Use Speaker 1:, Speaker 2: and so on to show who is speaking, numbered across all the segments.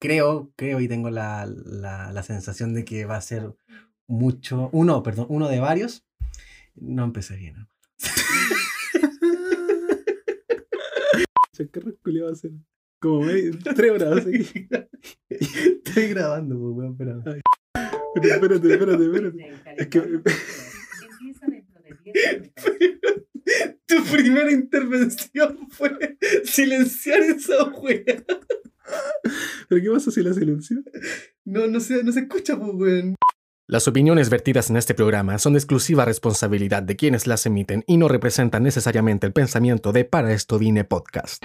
Speaker 1: creo y tengo la sensación de que va a ser uno de varios. No empecé bien, ¿no?
Speaker 2: ¿Qué resculiado va a ser? Como 3 horas aquí.
Speaker 1: Estoy grabando, pues, weón, pero...
Speaker 2: Espérate. Es que...
Speaker 3: Empieza dentro de 10 minutos.
Speaker 1: Tu primera intervención fue silenciar esa wea.
Speaker 2: ¿Pero qué pasa si la silencio?
Speaker 1: No se escucha, pues, weón.
Speaker 4: Las opiniones vertidas en este programa son de exclusiva responsabilidad de quienes las emiten y no representan necesariamente el pensamiento de Para Esto Vine Podcast.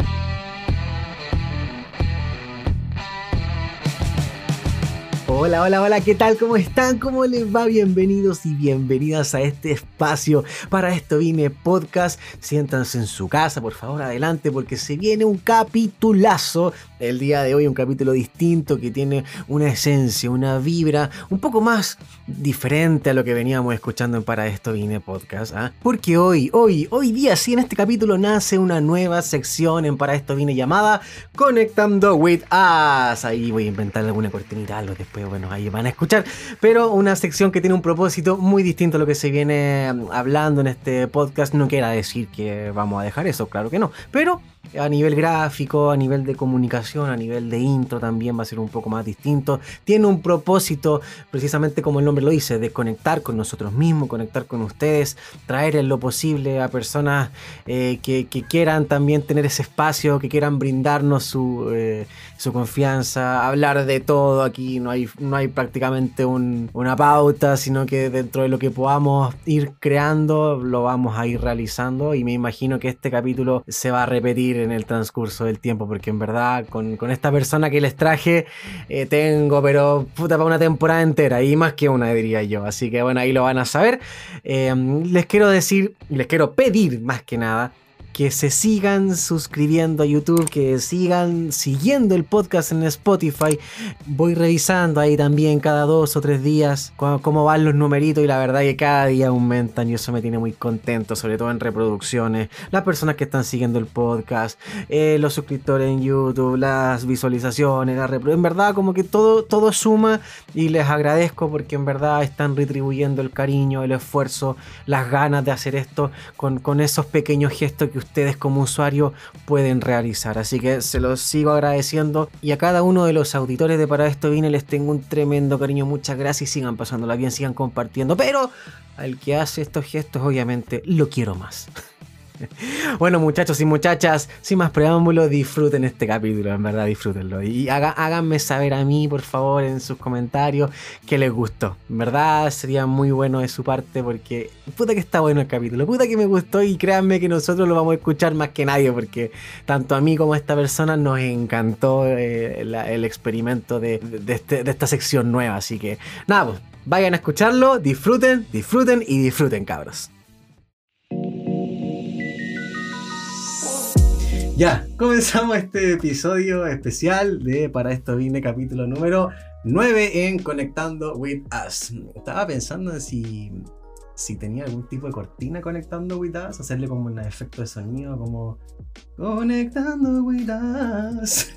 Speaker 1: Hola, ¿qué tal? ¿Cómo están? ¿Cómo les va? Bienvenidos y bienvenidas a este espacio Para Esto Vine Podcast. Siéntanse en su casa, por favor, adelante, porque se viene un capitulazo el día de hoy, un capítulo distinto que tiene una esencia, una vibra un poco más diferente a lo que veníamos escuchando en Para Esto Vine Podcast, ¿eh? Porque hoy día, sí, en este capítulo nace una nueva sección en Para Esto Vine llamada Conectando with Us. Ahí voy a inventar alguna cortinita, algo después, bueno, ahí van a escuchar, pero una sección que tiene un propósito muy distinto a lo que se viene hablando en este podcast. No quiera decir que vamos a dejar eso, claro que no, pero a nivel gráfico, a nivel de comunicación, a nivel de intro también va a ser un poco más distinto. Tiene un propósito, precisamente como el nombre lo dice, de conectar con nosotros mismos, conectar con ustedes, traer en lo posible a personas que quieran también tener ese espacio, que quieran brindarnos su confianza, hablar de todo. Aquí no hay prácticamente una pauta, sino que dentro de lo que podamos ir creando, lo vamos a ir realizando, y me imagino que este capítulo se va a repetir en el transcurso del tiempo, porque en verdad con esta persona que les traje tengo, pero puta, para una temporada entera, y más que una, diría yo. Así que bueno, ahí lo van a saber. Les quiero pedir más que nada que se sigan suscribiendo a YouTube, que sigan siguiendo el podcast en Spotify. Voy revisando ahí también cada 2 o 3 días cómo van los numeritos, y la verdad que cada día aumentan y eso me tiene muy contento, sobre todo en reproducciones, las personas que están siguiendo el podcast, los suscriptores en YouTube, las visualizaciones, en verdad como que todo suma, y les agradezco porque en verdad están retribuyendo el cariño, el esfuerzo, las ganas de hacer esto con esos pequeños gestos que ustedes como usuarios pueden realizar. Así que se los sigo agradeciendo, y a cada uno de los auditores de Para Esto Vine les tengo un tremendo cariño. Muchas gracias, y sigan pasándola bien, sigan compartiendo, pero al que hace estos gestos obviamente lo quiero más. Bueno, muchachos y muchachas, sin más preámbulos, disfruten este capítulo, en verdad disfrútenlo, y háganme saber a mí, por favor, en sus comentarios que les gustó. En verdad sería muy bueno de su parte, porque puta que está bueno el capítulo, puta que me gustó, y créanme que nosotros lo vamos a escuchar más que nadie, porque tanto a mí como a esta persona nos encantó el experimento de esta sección nueva. Así que nada, pues vayan a escucharlo, disfruten, cabros. Ya, comenzamos este episodio especial de Para Esto Vine, capítulo número 9 en Conectando with Us. Estaba pensando en si tenía algún tipo de cortina Conectando with Us, hacerle como un efecto de sonido, como Conectando with Us.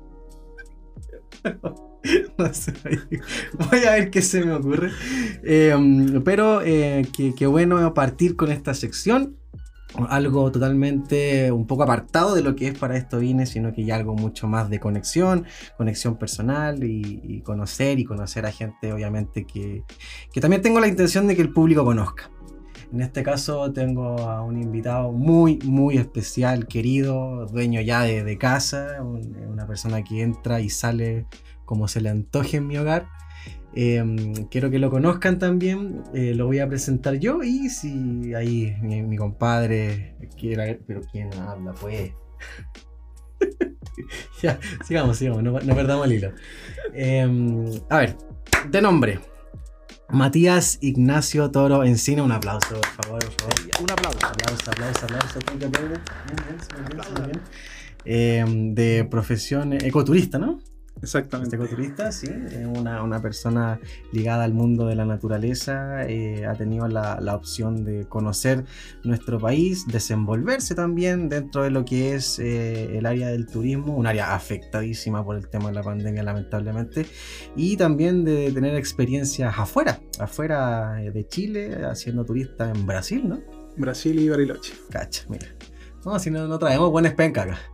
Speaker 1: No sé, voy a ver qué se me ocurre. Pero qué bueno partir con esta sección. Algo totalmente un poco apartado de lo que es Para Esto Vine, sino que ya algo mucho más de conexión personal, y conocer a gente, obviamente, que también tengo la intención de que el público conozca. En este caso tengo a un invitado muy, muy especial, querido, dueño ya de casa, una persona que entra y sale como se le antoje en mi hogar. Quiero que lo conozcan también. Lo voy a presentar yo, y si ahí mi compadre quiere, pero ¿quién habla pues? Ya, sigamos, no perdamos el hilo. A ver, de nombre Matías Ignacio Toro Encina. Un aplauso, por favor.
Speaker 2: Un aplauso.
Speaker 1: Bien. De profesión ecoturista, ¿no?
Speaker 2: Exactamente.
Speaker 1: Este ecoturista, sí, es una persona ligada al mundo de la naturaleza, ha tenido la opción de conocer nuestro país, desenvolverse también dentro de lo que es el área del turismo, un área afectadísima por el tema de la pandemia, lamentablemente, y también de tener experiencias afuera de Chile, haciendo turista en Brasil, ¿no?
Speaker 2: Brasil y Bariloche.
Speaker 1: Cacha, mira. No, si no traemos buenas pencas acá.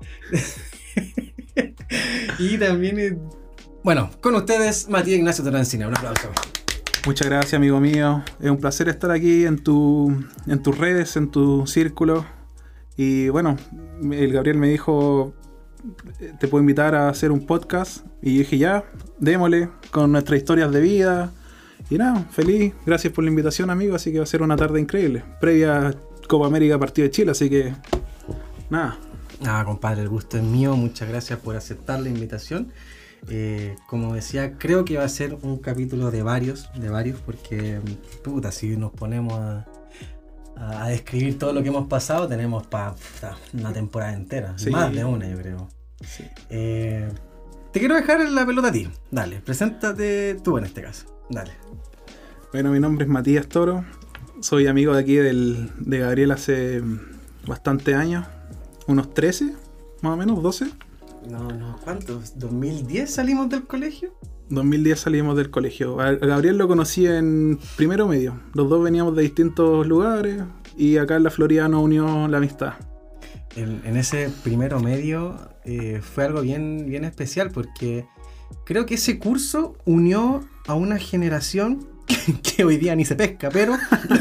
Speaker 1: Y también, bueno, con ustedes, Matías Ignacio Torancina. Un aplauso.
Speaker 2: Muchas gracias, amigo mío. Es un placer estar aquí en tus redes, en tu círculo. Y bueno, el Gabriel me dijo, te puedo invitar a hacer un podcast. Y yo dije, ya, démosle con nuestras historias de vida. Y nada, feliz. Gracias por la invitación, amigo. Así que va a ser una tarde increíble. Previa Copa América, partido de Chile. Así que, nada.
Speaker 1: Ah, compadre, el gusto es mío. Muchas gracias por aceptar la invitación. Como decía, creo que va a ser un capítulo de varios, porque, puta, si nos ponemos a describir todo lo que hemos pasado, tenemos para una temporada entera.
Speaker 2: Sí.
Speaker 1: Más de una, yo creo.
Speaker 2: Sí.
Speaker 1: Te quiero dejar la pelota a ti. Dale, preséntate tú en este caso. Dale.
Speaker 2: Bueno, mi nombre es Matías Toro. Soy amigo de aquí de Gabriel hace bastante años. Unos 13, más o menos, 12.
Speaker 1: No, ¿cuántos? ¿2010 salimos del colegio?
Speaker 2: 2010 salimos del colegio. A Gabriel lo conocí en primero medio. Los dos veníamos de distintos lugares y acá en la Florida nos unió la amistad.
Speaker 1: En ese primero medio fue algo bien especial porque creo que ese curso unió a una generación que hoy día ni se pesca, pero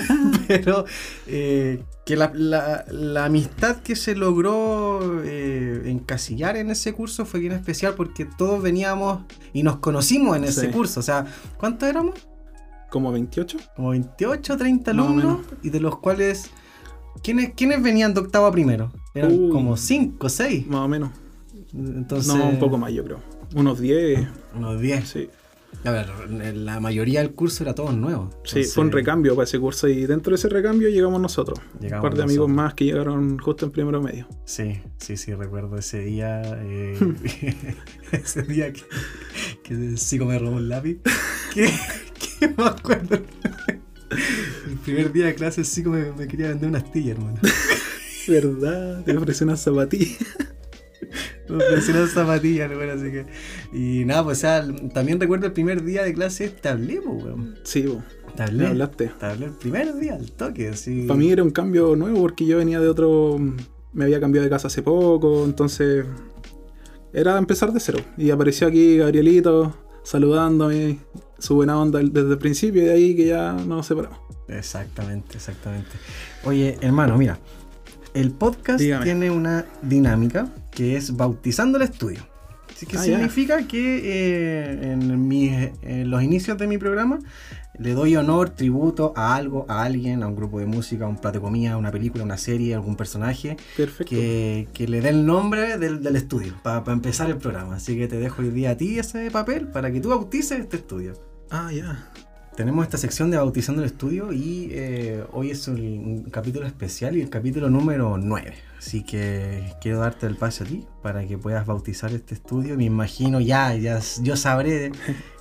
Speaker 1: que la amistad que se logró encasillar en ese curso fue bien especial porque todos veníamos y nos conocimos en ese curso. O sea, ¿cuántos éramos?
Speaker 2: ¿Como 28?
Speaker 1: Como 28, 30
Speaker 2: Más o
Speaker 1: alumnos,
Speaker 2: menos.
Speaker 1: y de los cuales ¿quiénes venían de octavo a primero? Eran como 5, 6.
Speaker 2: Más o menos.
Speaker 1: Entonces,
Speaker 2: No, un poco más, yo creo. Unos 10.
Speaker 1: Unos 10.
Speaker 2: Sí.
Speaker 1: A ver, la mayoría del curso era todos nuevos.
Speaker 2: Sí, fue un recambio para ese curso y dentro de ese recambio llegamos nosotros. Un par de amigos más que llegaron justo en primero medio.
Speaker 1: Sí, recuerdo ese día. Ese día que el psico me robó un lápiz. que me acuerdo. El primer día de clase el psico me quería vender una astilla, hermano.
Speaker 2: ¿Verdad? Te ofrecí una zapatilla.
Speaker 1: Me ofrecí una zapatilla, hermano, así que... Y nada, pues o sea, también recuerdo el primer día de clase te hablé, pues, weón.
Speaker 2: Sí, vos.
Speaker 1: Te hablé.
Speaker 2: Me hablaste.
Speaker 1: Te hablé el primer día, al toque, así.
Speaker 2: Para mí era un cambio nuevo porque yo venía de otro... Me había cambiado de casa hace poco, entonces... Era empezar de cero. Y apareció aquí Gabrielito saludándome, su buena onda desde el principio y de ahí que ya nos separamos.
Speaker 1: Exactamente. Oye, hermano, mira. El podcast tiene una dinámica que es bautizando el estudio. Así que significa que en los inicios de mi programa le doy honor, tributo a algo, a alguien, a un grupo de música, a un plato de comida, a una película, una serie, a algún personaje.
Speaker 2: Perfecto.
Speaker 1: Que le dé el nombre del estudio para empezar el programa. Así que te dejo hoy día a ti ese papel para que tú bautices este estudio.
Speaker 2: Ah, ya.
Speaker 1: Tenemos esta sección de Bautizando el Estudio y hoy es un capítulo especial y el capítulo número 9. Así que quiero darte el pase a ti para que puedas bautizar este estudio. Me imagino ya yo sabré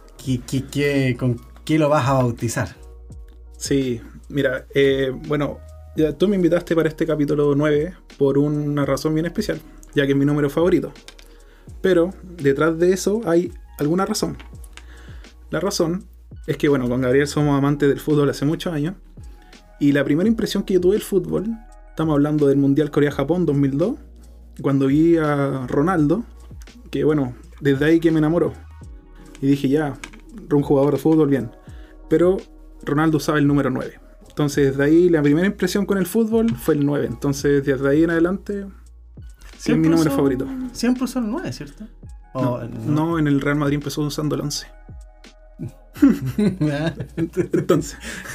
Speaker 1: con qué lo vas a bautizar.
Speaker 2: Sí, mira, bueno, ya tú me invitaste para este capítulo 9 por una razón bien especial, ya que es mi número favorito. Pero detrás de eso hay alguna razón. La razón es que, bueno, con Gabriel somos amantes del fútbol hace muchos años. Y la primera impresión que yo tuve del fútbol, estamos hablando del Mundial Corea-Japón 2002, cuando vi a Ronaldo, que bueno, desde ahí que me enamoró. Y dije, ya, un jugador de fútbol, bien. Pero Ronaldo usaba el número 9. Entonces, desde ahí la primera impresión con el fútbol fue el 9. Entonces, desde ahí en adelante, es mi número favorito.
Speaker 1: Siempre usó el 9, ¿cierto?
Speaker 2: No, en el Real Madrid empezó usando el 11. Entonces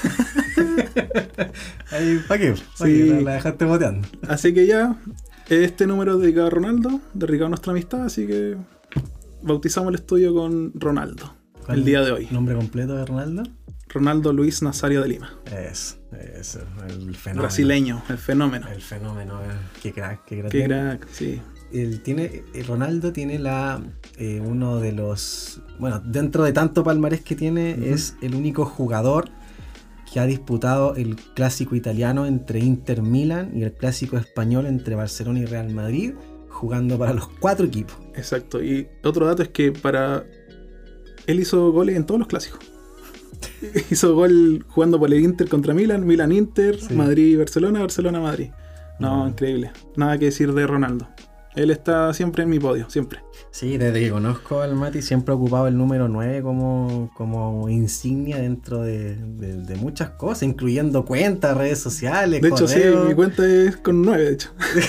Speaker 1: ahí, ¿para qué?
Speaker 2: Sí.
Speaker 1: La dejaste boteando.
Speaker 2: Así que ya, este número dedicado a Ronaldo, dedicado a nuestra amistad, así que bautizamos el estudio con Ronaldo el día de hoy.
Speaker 1: ¿Nombre completo de Ronaldo?
Speaker 2: Ronaldo Luis Nazario de Lima.
Speaker 1: Es el fenómeno.
Speaker 2: Brasileño, el fenómeno.
Speaker 1: El fenómeno, qué crack.
Speaker 2: Qué crack, sí.
Speaker 1: Ronaldo tiene uno de los... Bueno, dentro de tanto palmarés que tiene, es el único jugador que ha disputado el clásico italiano entre Inter Milan y el clásico español entre Barcelona y Real Madrid, jugando para los 4 equipos.
Speaker 2: Exacto. Y otro dato es que él hizo goles en todos los clásicos. Hizo gol jugando por el Inter contra Milan, Milan-Inter,
Speaker 1: Sí.
Speaker 2: Madrid-Barcelona, Barcelona-Madrid. No, increíble. Nada que decir de Ronaldo. Él está siempre en mi podio, siempre.
Speaker 1: Sí, desde que conozco al Mati siempre ha ocupado el número 9 como insignia dentro de muchas cosas, incluyendo cuentas, redes sociales,
Speaker 2: De hecho, sí,
Speaker 1: correos.
Speaker 2: mi cuenta es con 9, de hecho.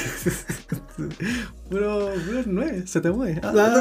Speaker 1: Puro 9, se te mueve.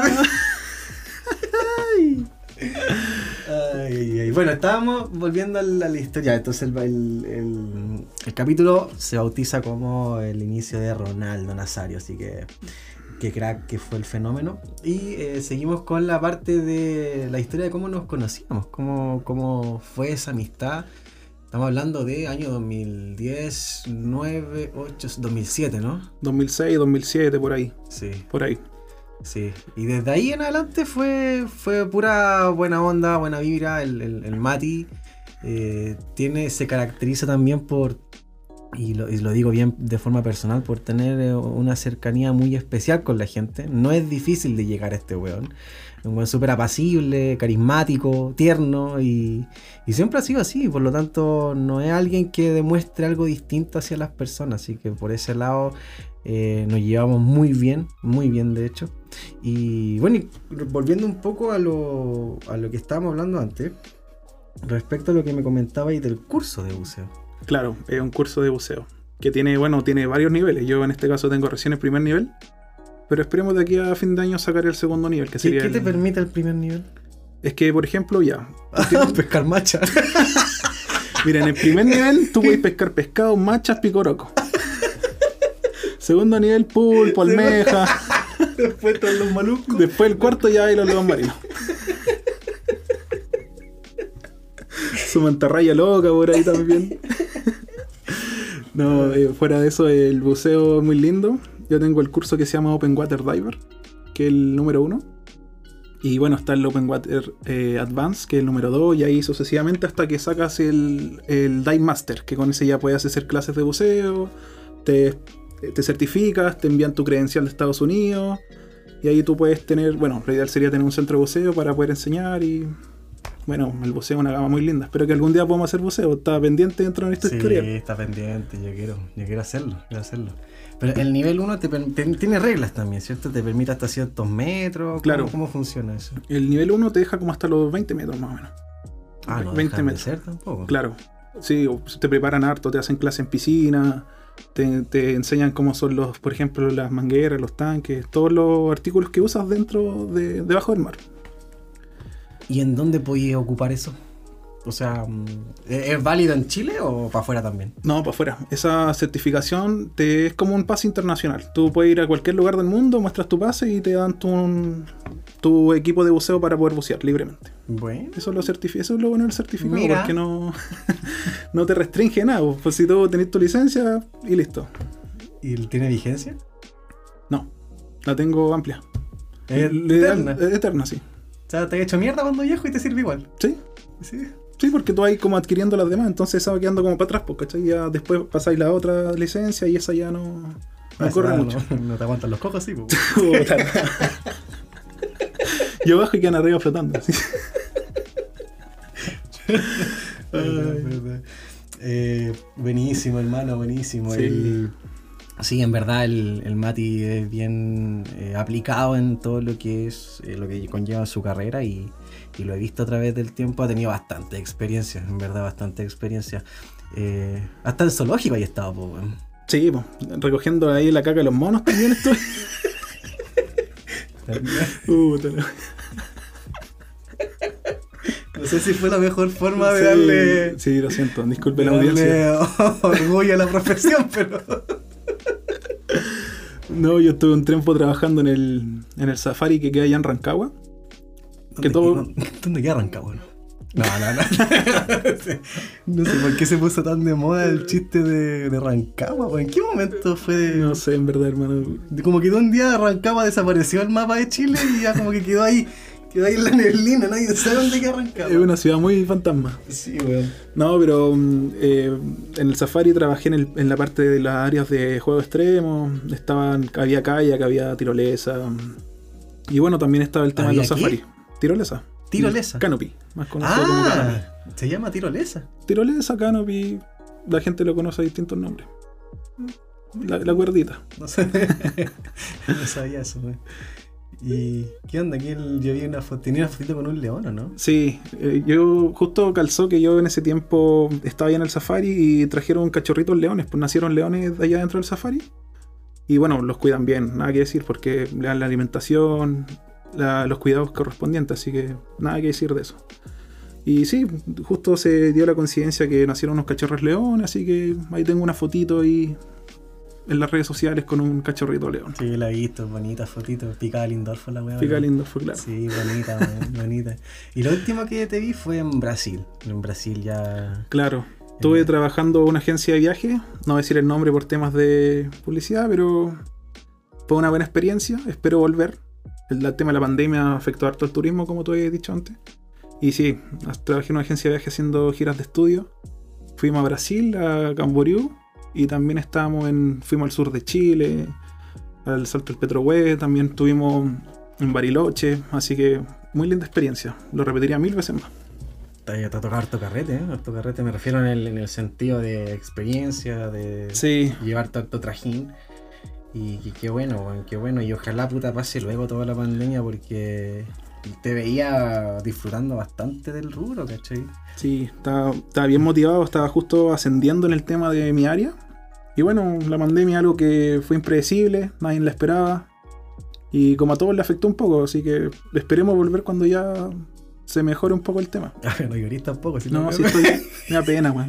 Speaker 1: Ay. Bueno, estábamos volviendo a la historia. Entonces el capítulo se bautiza como el inicio de Ronaldo Nazario, así que crack que fue el fenómeno. Y seguimos con la parte de la historia de cómo nos conocíamos, cómo fue esa amistad. Estamos hablando de año 2010, 9, 8, 2007, ¿no?
Speaker 2: 2006, 2007, por ahí.
Speaker 1: Sí.
Speaker 2: Por ahí.
Speaker 1: Sí, y desde ahí en adelante fue pura buena onda, buena vibra. El Mati se caracteriza también por, y lo digo bien de forma personal, por tener una cercanía muy especial con la gente. No es difícil de llegar a este weón. Un weón súper apacible, carismático, tierno y siempre ha sido así. Por lo tanto, no es alguien que demuestre algo distinto hacia las personas. Así que por ese lado nos llevamos muy bien de hecho. Y bueno, y volviendo un poco a lo que estábamos hablando antes, respecto a lo que me comentabais del curso de buceo.
Speaker 2: Claro, es un curso de buceo que tiene varios niveles. Yo en este caso tengo recién el primer nivel, pero esperemos de aquí a fin de año sacar el segundo nivel, que sería
Speaker 1: ¿Qué te permite el primer nivel?
Speaker 2: Es que, por ejemplo,
Speaker 1: Pescar macha.
Speaker 2: mira, en el primer nivel tú puedes pescar pescado, machas, picoroco. Segundo nivel, pulpo, almeja.
Speaker 1: Después todos los malucos.
Speaker 2: Después el cuarto ya hay los lobos marinos. Su mantarraya loca por ahí también. No, fuera de eso, el buceo es muy lindo. Yo tengo el curso que se llama Open Water Diver, que es el número 1. Y bueno, está el Open Water Advanced, que es el número 2, y ahí sucesivamente hasta que sacas el Dive Master, que con ese ya puedes hacer clases de buceo, te certificas, te envían tu credencial de Estados Unidos, y ahí tú puedes tener, bueno, lo ideal sería tener un centro de buceo para poder enseñar. Y bueno, el buceo es una gama muy linda. Espero que algún día podamos hacer buceo. Está pendiente dentro de nuestra historia.
Speaker 1: Sí, está pendiente, yo quiero hacerlo. Pero el nivel 1 tiene reglas también, ¿cierto? Te permite hasta ciertos metros.
Speaker 2: Claro.
Speaker 1: ¿Cómo funciona eso?
Speaker 2: El nivel 1 te deja como hasta los 20 metros más o menos.
Speaker 1: No
Speaker 2: 20
Speaker 1: dejan de
Speaker 2: metros.
Speaker 1: ser tampoco.
Speaker 2: Claro. Sí, te preparan harto, te hacen clase en piscina, te enseñan cómo son por ejemplo, las mangueras, los tanques, todos los artículos que usas debajo del mar.
Speaker 1: ¿Y en dónde podías ocupar eso? O sea, ¿es válido en Chile o para afuera también?
Speaker 2: No, para afuera. Esa certificación es como un pase internacional. Tú puedes ir a cualquier lugar del mundo, muestras tu pase y te dan tu equipo de buceo para poder bucear libremente.
Speaker 1: Bueno.
Speaker 2: Eso es lo bueno del certificado.
Speaker 1: Mira.
Speaker 2: Porque no te restringe nada. Pues si tú tenés tu licencia y listo.
Speaker 1: ¿Y tiene vigencia?
Speaker 2: No, la tengo amplia.
Speaker 1: ¿Es
Speaker 2: Legal,
Speaker 1: eterna?
Speaker 2: eterna, sí.
Speaker 1: O sea, te he hecho mierda cuando viejo y te sirve igual.
Speaker 2: Sí.
Speaker 1: Sí.
Speaker 2: Sí, porque tú vas como adquiriendo las demás, entonces esa va quedando como para atrás, porque ¿cachai? Ya después pasáis la otra licencia y esa ya no corre mucho.
Speaker 1: No te aguantan los cocos, sí. Po.
Speaker 2: Puta. Yo bajo y quedan arriba flotando. ¿Sí?
Speaker 1: Buenísimo, hermano, buenísimo.
Speaker 2: Sí.
Speaker 1: Sí, en verdad el Mati es bien aplicado en todo lo que es lo que conlleva su carrera y lo he visto a través del tiempo. Ha tenido bastante experiencia, en verdad, bastante experiencia. Hasta en zoológico hay estado, po, weón.
Speaker 2: Sí, pues, recogiendo ahí la caca de los monos también estoy. Puta, no.
Speaker 1: No sé si fue la mejor forma de
Speaker 2: Sí,
Speaker 1: darle...
Speaker 2: sí, lo siento, disculpe
Speaker 1: de
Speaker 2: la audiencia.
Speaker 1: darle orgullo a la profesión, pero...
Speaker 2: No, yo estuve un tiempo trabajando en el safari que queda allá en Rancagua.
Speaker 1: ¿Dónde queda Rancagua? No. No sé por qué se puso tan de moda el chiste de Rancagua, pues. ¿En qué momento fue de...?
Speaker 2: No sé, en verdad, hermano.
Speaker 1: Como que de un día Rancagua desapareció el mapa de Chile y ya como que quedó ahí en la neblina, nadie sabe dónde queda Rancagua.
Speaker 2: Es una ciudad muy fantasma.
Speaker 1: Sí, weón.
Speaker 2: No, pero en el Safari trabajé en la parte de las áreas de juego extremo. Había kayak, había tirolesa. Y bueno, también estaba el tema de los
Speaker 1: ¿Había qué?
Speaker 2: safaris. Tirolesa.
Speaker 1: Tirolesa.
Speaker 2: Canopy, más conocido como Canopy.
Speaker 1: Se llama tirolesa.
Speaker 2: Tirolesa, Canopy, la gente lo conoce a distintos nombres. La cuerdita.
Speaker 1: No sé. No sabía eso, weón. ¿Y qué onda? Aquí yo vi una foto, tenía una fotito con un león, ¿o no?
Speaker 2: Sí, yo justo calzó que yo en ese tiempo estaba ahí en el safari y trajeron cachorritos leones, pues nacieron leones de allá dentro del safari. Y bueno, los cuidan bien, nada que decir, porque le dan la alimentación, los cuidados correspondientes, así que nada que decir de eso. Y sí, justo se dio la coincidencia que nacieron unos cachorros leones, así que ahí tengo una fotito ahí en las redes sociales con un cachorrito león.
Speaker 1: Sí, la he visto, bonita fotito, picada Lindorfo la weá.
Speaker 2: Pica lindo, fue claro.
Speaker 1: Sí, bonita, man, bonita. Y lo último que te vi fue en Brasil. En Brasil ya...
Speaker 2: Claro, estuve trabajando en una agencia de viaje, no voy a decir el nombre por temas de publicidad, pero fue una buena experiencia, espero volver. El tema de la pandemia afectó harto el turismo, como tú habías dicho antes. Y sí, trabajé en una agencia de viaje haciendo giras de estudio. Fuimos a Brasil, a Camboriú, y también fuimos al sur de Chile, al Salto del Petrohue, también estuvimos en Bariloche, así que muy linda experiencia, lo repetiría 1000 veces más.
Speaker 1: Te toca harto carrete, ¿eh? Harto carrete, me refiero en el sentido de experiencia, de
Speaker 2: Sí.
Speaker 1: llevar tanto trajín. Y qué bueno, weón, qué bueno. Y ojalá puta pase luego toda la pandemia porque te veía disfrutando bastante del rubro, ¿cachai?
Speaker 2: Sí, estaba bien motivado, estaba justo ascendiendo en el tema de mi área. Y bueno, la pandemia algo que fue impredecible, nadie la esperaba. Y como a todos le afectó un poco, así que esperemos volver cuando ya se mejore un poco el tema.
Speaker 1: No llorís tampoco, si
Speaker 2: No, sí estoy... Me da pena, man.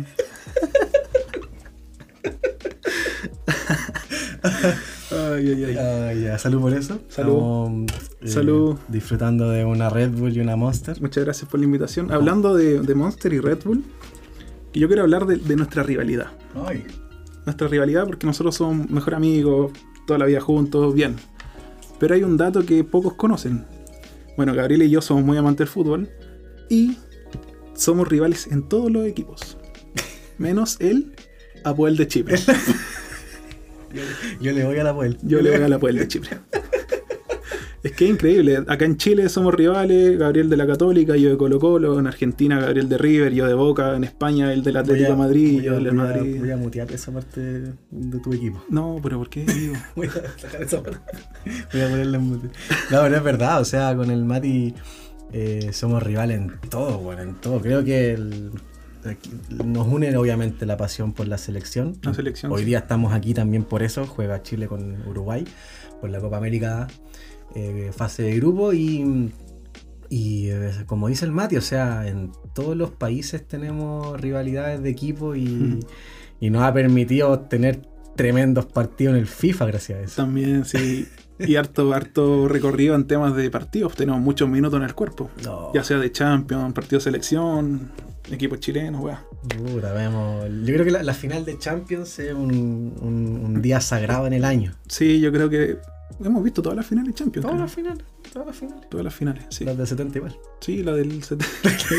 Speaker 1: Ay, ya, salud por eso.
Speaker 2: Salud.
Speaker 1: Estamos,
Speaker 2: Salud.
Speaker 1: disfrutando de una Red Bull y una Monster.
Speaker 2: Muchas gracias por la invitación. Hablando de Monster y Red Bull, y yo quiero hablar de nuestra rivalidad.
Speaker 1: Ay.
Speaker 2: Nuestra rivalidad porque nosotros somos mejores amigos, toda la vida juntos, bien. Pero hay un dato que pocos conocen. Bueno, Gabriel y yo somos muy amantes del fútbol y somos rivales en todos los equipos. Menos el Apoel de Chipre.
Speaker 1: Yo le voy a la vuelta.
Speaker 2: Yo le voy al Apoel de Chipre. Es que es increíble. Acá en Chile somos rivales. Gabriel de la Católica, yo de Colo Colo. En Argentina, Gabriel de River, yo de Boca. En España, el del Atlético de Madrid, yo del Madrid.
Speaker 1: Voy a mutear esa parte de tu equipo.
Speaker 2: No, pero ¿por qué? Digo?
Speaker 1: Voy a sacar esa parte. Voy a ponerla en mute. No, pero es verdad. O sea, con el Mati somos rivales en todo, bueno, en todo. Creo que nos une obviamente la pasión por la selección.
Speaker 2: La selección.
Speaker 1: Hoy
Speaker 2: sí.
Speaker 1: día estamos aquí también por eso. Juega Chile con Uruguay por la Copa América. Fase de grupo y como dice el Mati, o sea, en todos los países tenemos rivalidades de equipo y nos ha permitido tener tremendos partidos en el FIFA gracias a eso.
Speaker 2: También, sí. Y harto recorrido en temas de partidos. Tenemos muchos minutos en el cuerpo.
Speaker 1: No.
Speaker 2: Ya sea de Champions, partido de selección, equipos chilenos, weá.
Speaker 1: Puta, vemos. Yo creo que la final de Champions es un día sagrado en el año.
Speaker 2: Sí, yo creo que hemos visto todas las finales de Champions.
Speaker 1: Todas
Speaker 2: creo.
Speaker 1: las finales.
Speaker 2: Todas las finales, sí.
Speaker 1: Las de 70 igual.
Speaker 2: Sí, la del 70.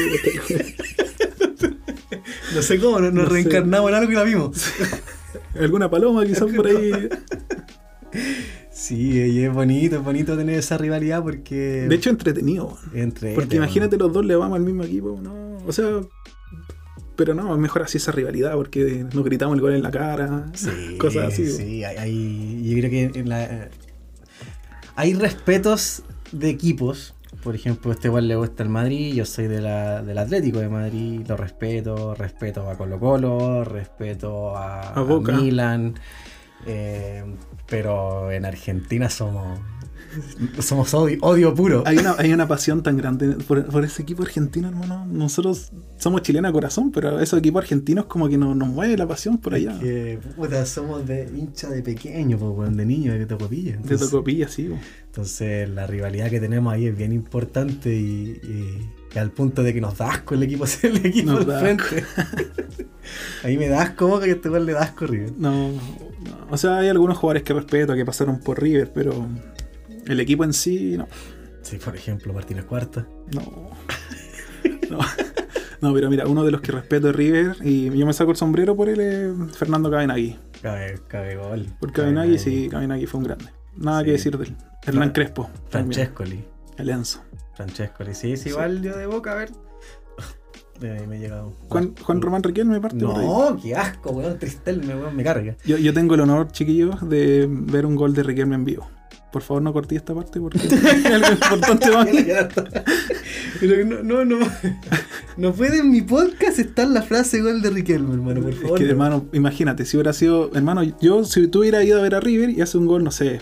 Speaker 1: No sé cómo, nos
Speaker 2: No sé.
Speaker 1: reencarnamos en algo y la vimos.
Speaker 2: Alguna paloma quizás por ahí.
Speaker 1: Sí, y es bonito tener esa rivalidad porque...
Speaker 2: De hecho, entretenido. Porque imagínate los dos le vamos al mismo equipo, ¿no? O sea... Pero no, es mejor así esa rivalidad porque nos gritamos el gol en la cara,
Speaker 1: Sí,
Speaker 2: cosas así.
Speaker 1: Sí, yo creo que hay respetos de equipos. Por ejemplo, este igual le gusta el Madrid, yo soy del Atlético de Madrid, lo respeto a Colo Colo, respeto a
Speaker 2: Boca.
Speaker 1: Milan, pero en Argentina somos odio puro.
Speaker 2: Hay una pasión tan grande por ese equipo argentino, hermano. Nosotros somos chilenos a corazón, pero esos equipos argentinos como que nos mueve la pasión por allá.
Speaker 1: Que, puta, somos de hincha de pequeño, de niño, de Tocopilla.
Speaker 2: De Tocopilla, sí.
Speaker 1: Entonces la rivalidad que tenemos ahí es bien importante y Que al punto de que nos da asco el equipo
Speaker 2: Nos
Speaker 1: del
Speaker 2: da
Speaker 1: frente. Ahí me da asco Boca, que este gol le da asco River.
Speaker 2: No, o sea, hay algunos jugadores que respeto, que pasaron por River, pero el equipo en sí, no.
Speaker 1: Sí, por ejemplo, Martínez Cuarta.
Speaker 2: No. No. No, pero mira, uno de los que respeto es River, y yo me saco el sombrero por él, es Fernando Cabenagui.
Speaker 1: Cabe gol.
Speaker 2: Por Cabenagui, sí, Cabenagui fue un grande. Nada que decir de él. Hernán Crespo.
Speaker 1: Francescoli.
Speaker 2: El Enzo.
Speaker 1: Francescoli, sí, igual yo de Boca, a ver. Me he llegado.
Speaker 2: Juan Román Riquelme me parte por ahí.
Speaker 1: No, qué asco, weón, Tristel, me carga.
Speaker 2: Yo tengo el honor, chiquillos, de ver un gol de Riquelme en vivo. Por favor, no corté esta parte porque es algo importante para mí.
Speaker 1: Pero no puede en mi podcast estar la frase gol de Riquelme, hermano, por favor.
Speaker 2: Es que, hermano, imagínate, si hubiera sido, hermano, si tú hubieras ido a ver a River y hace un gol, no sé,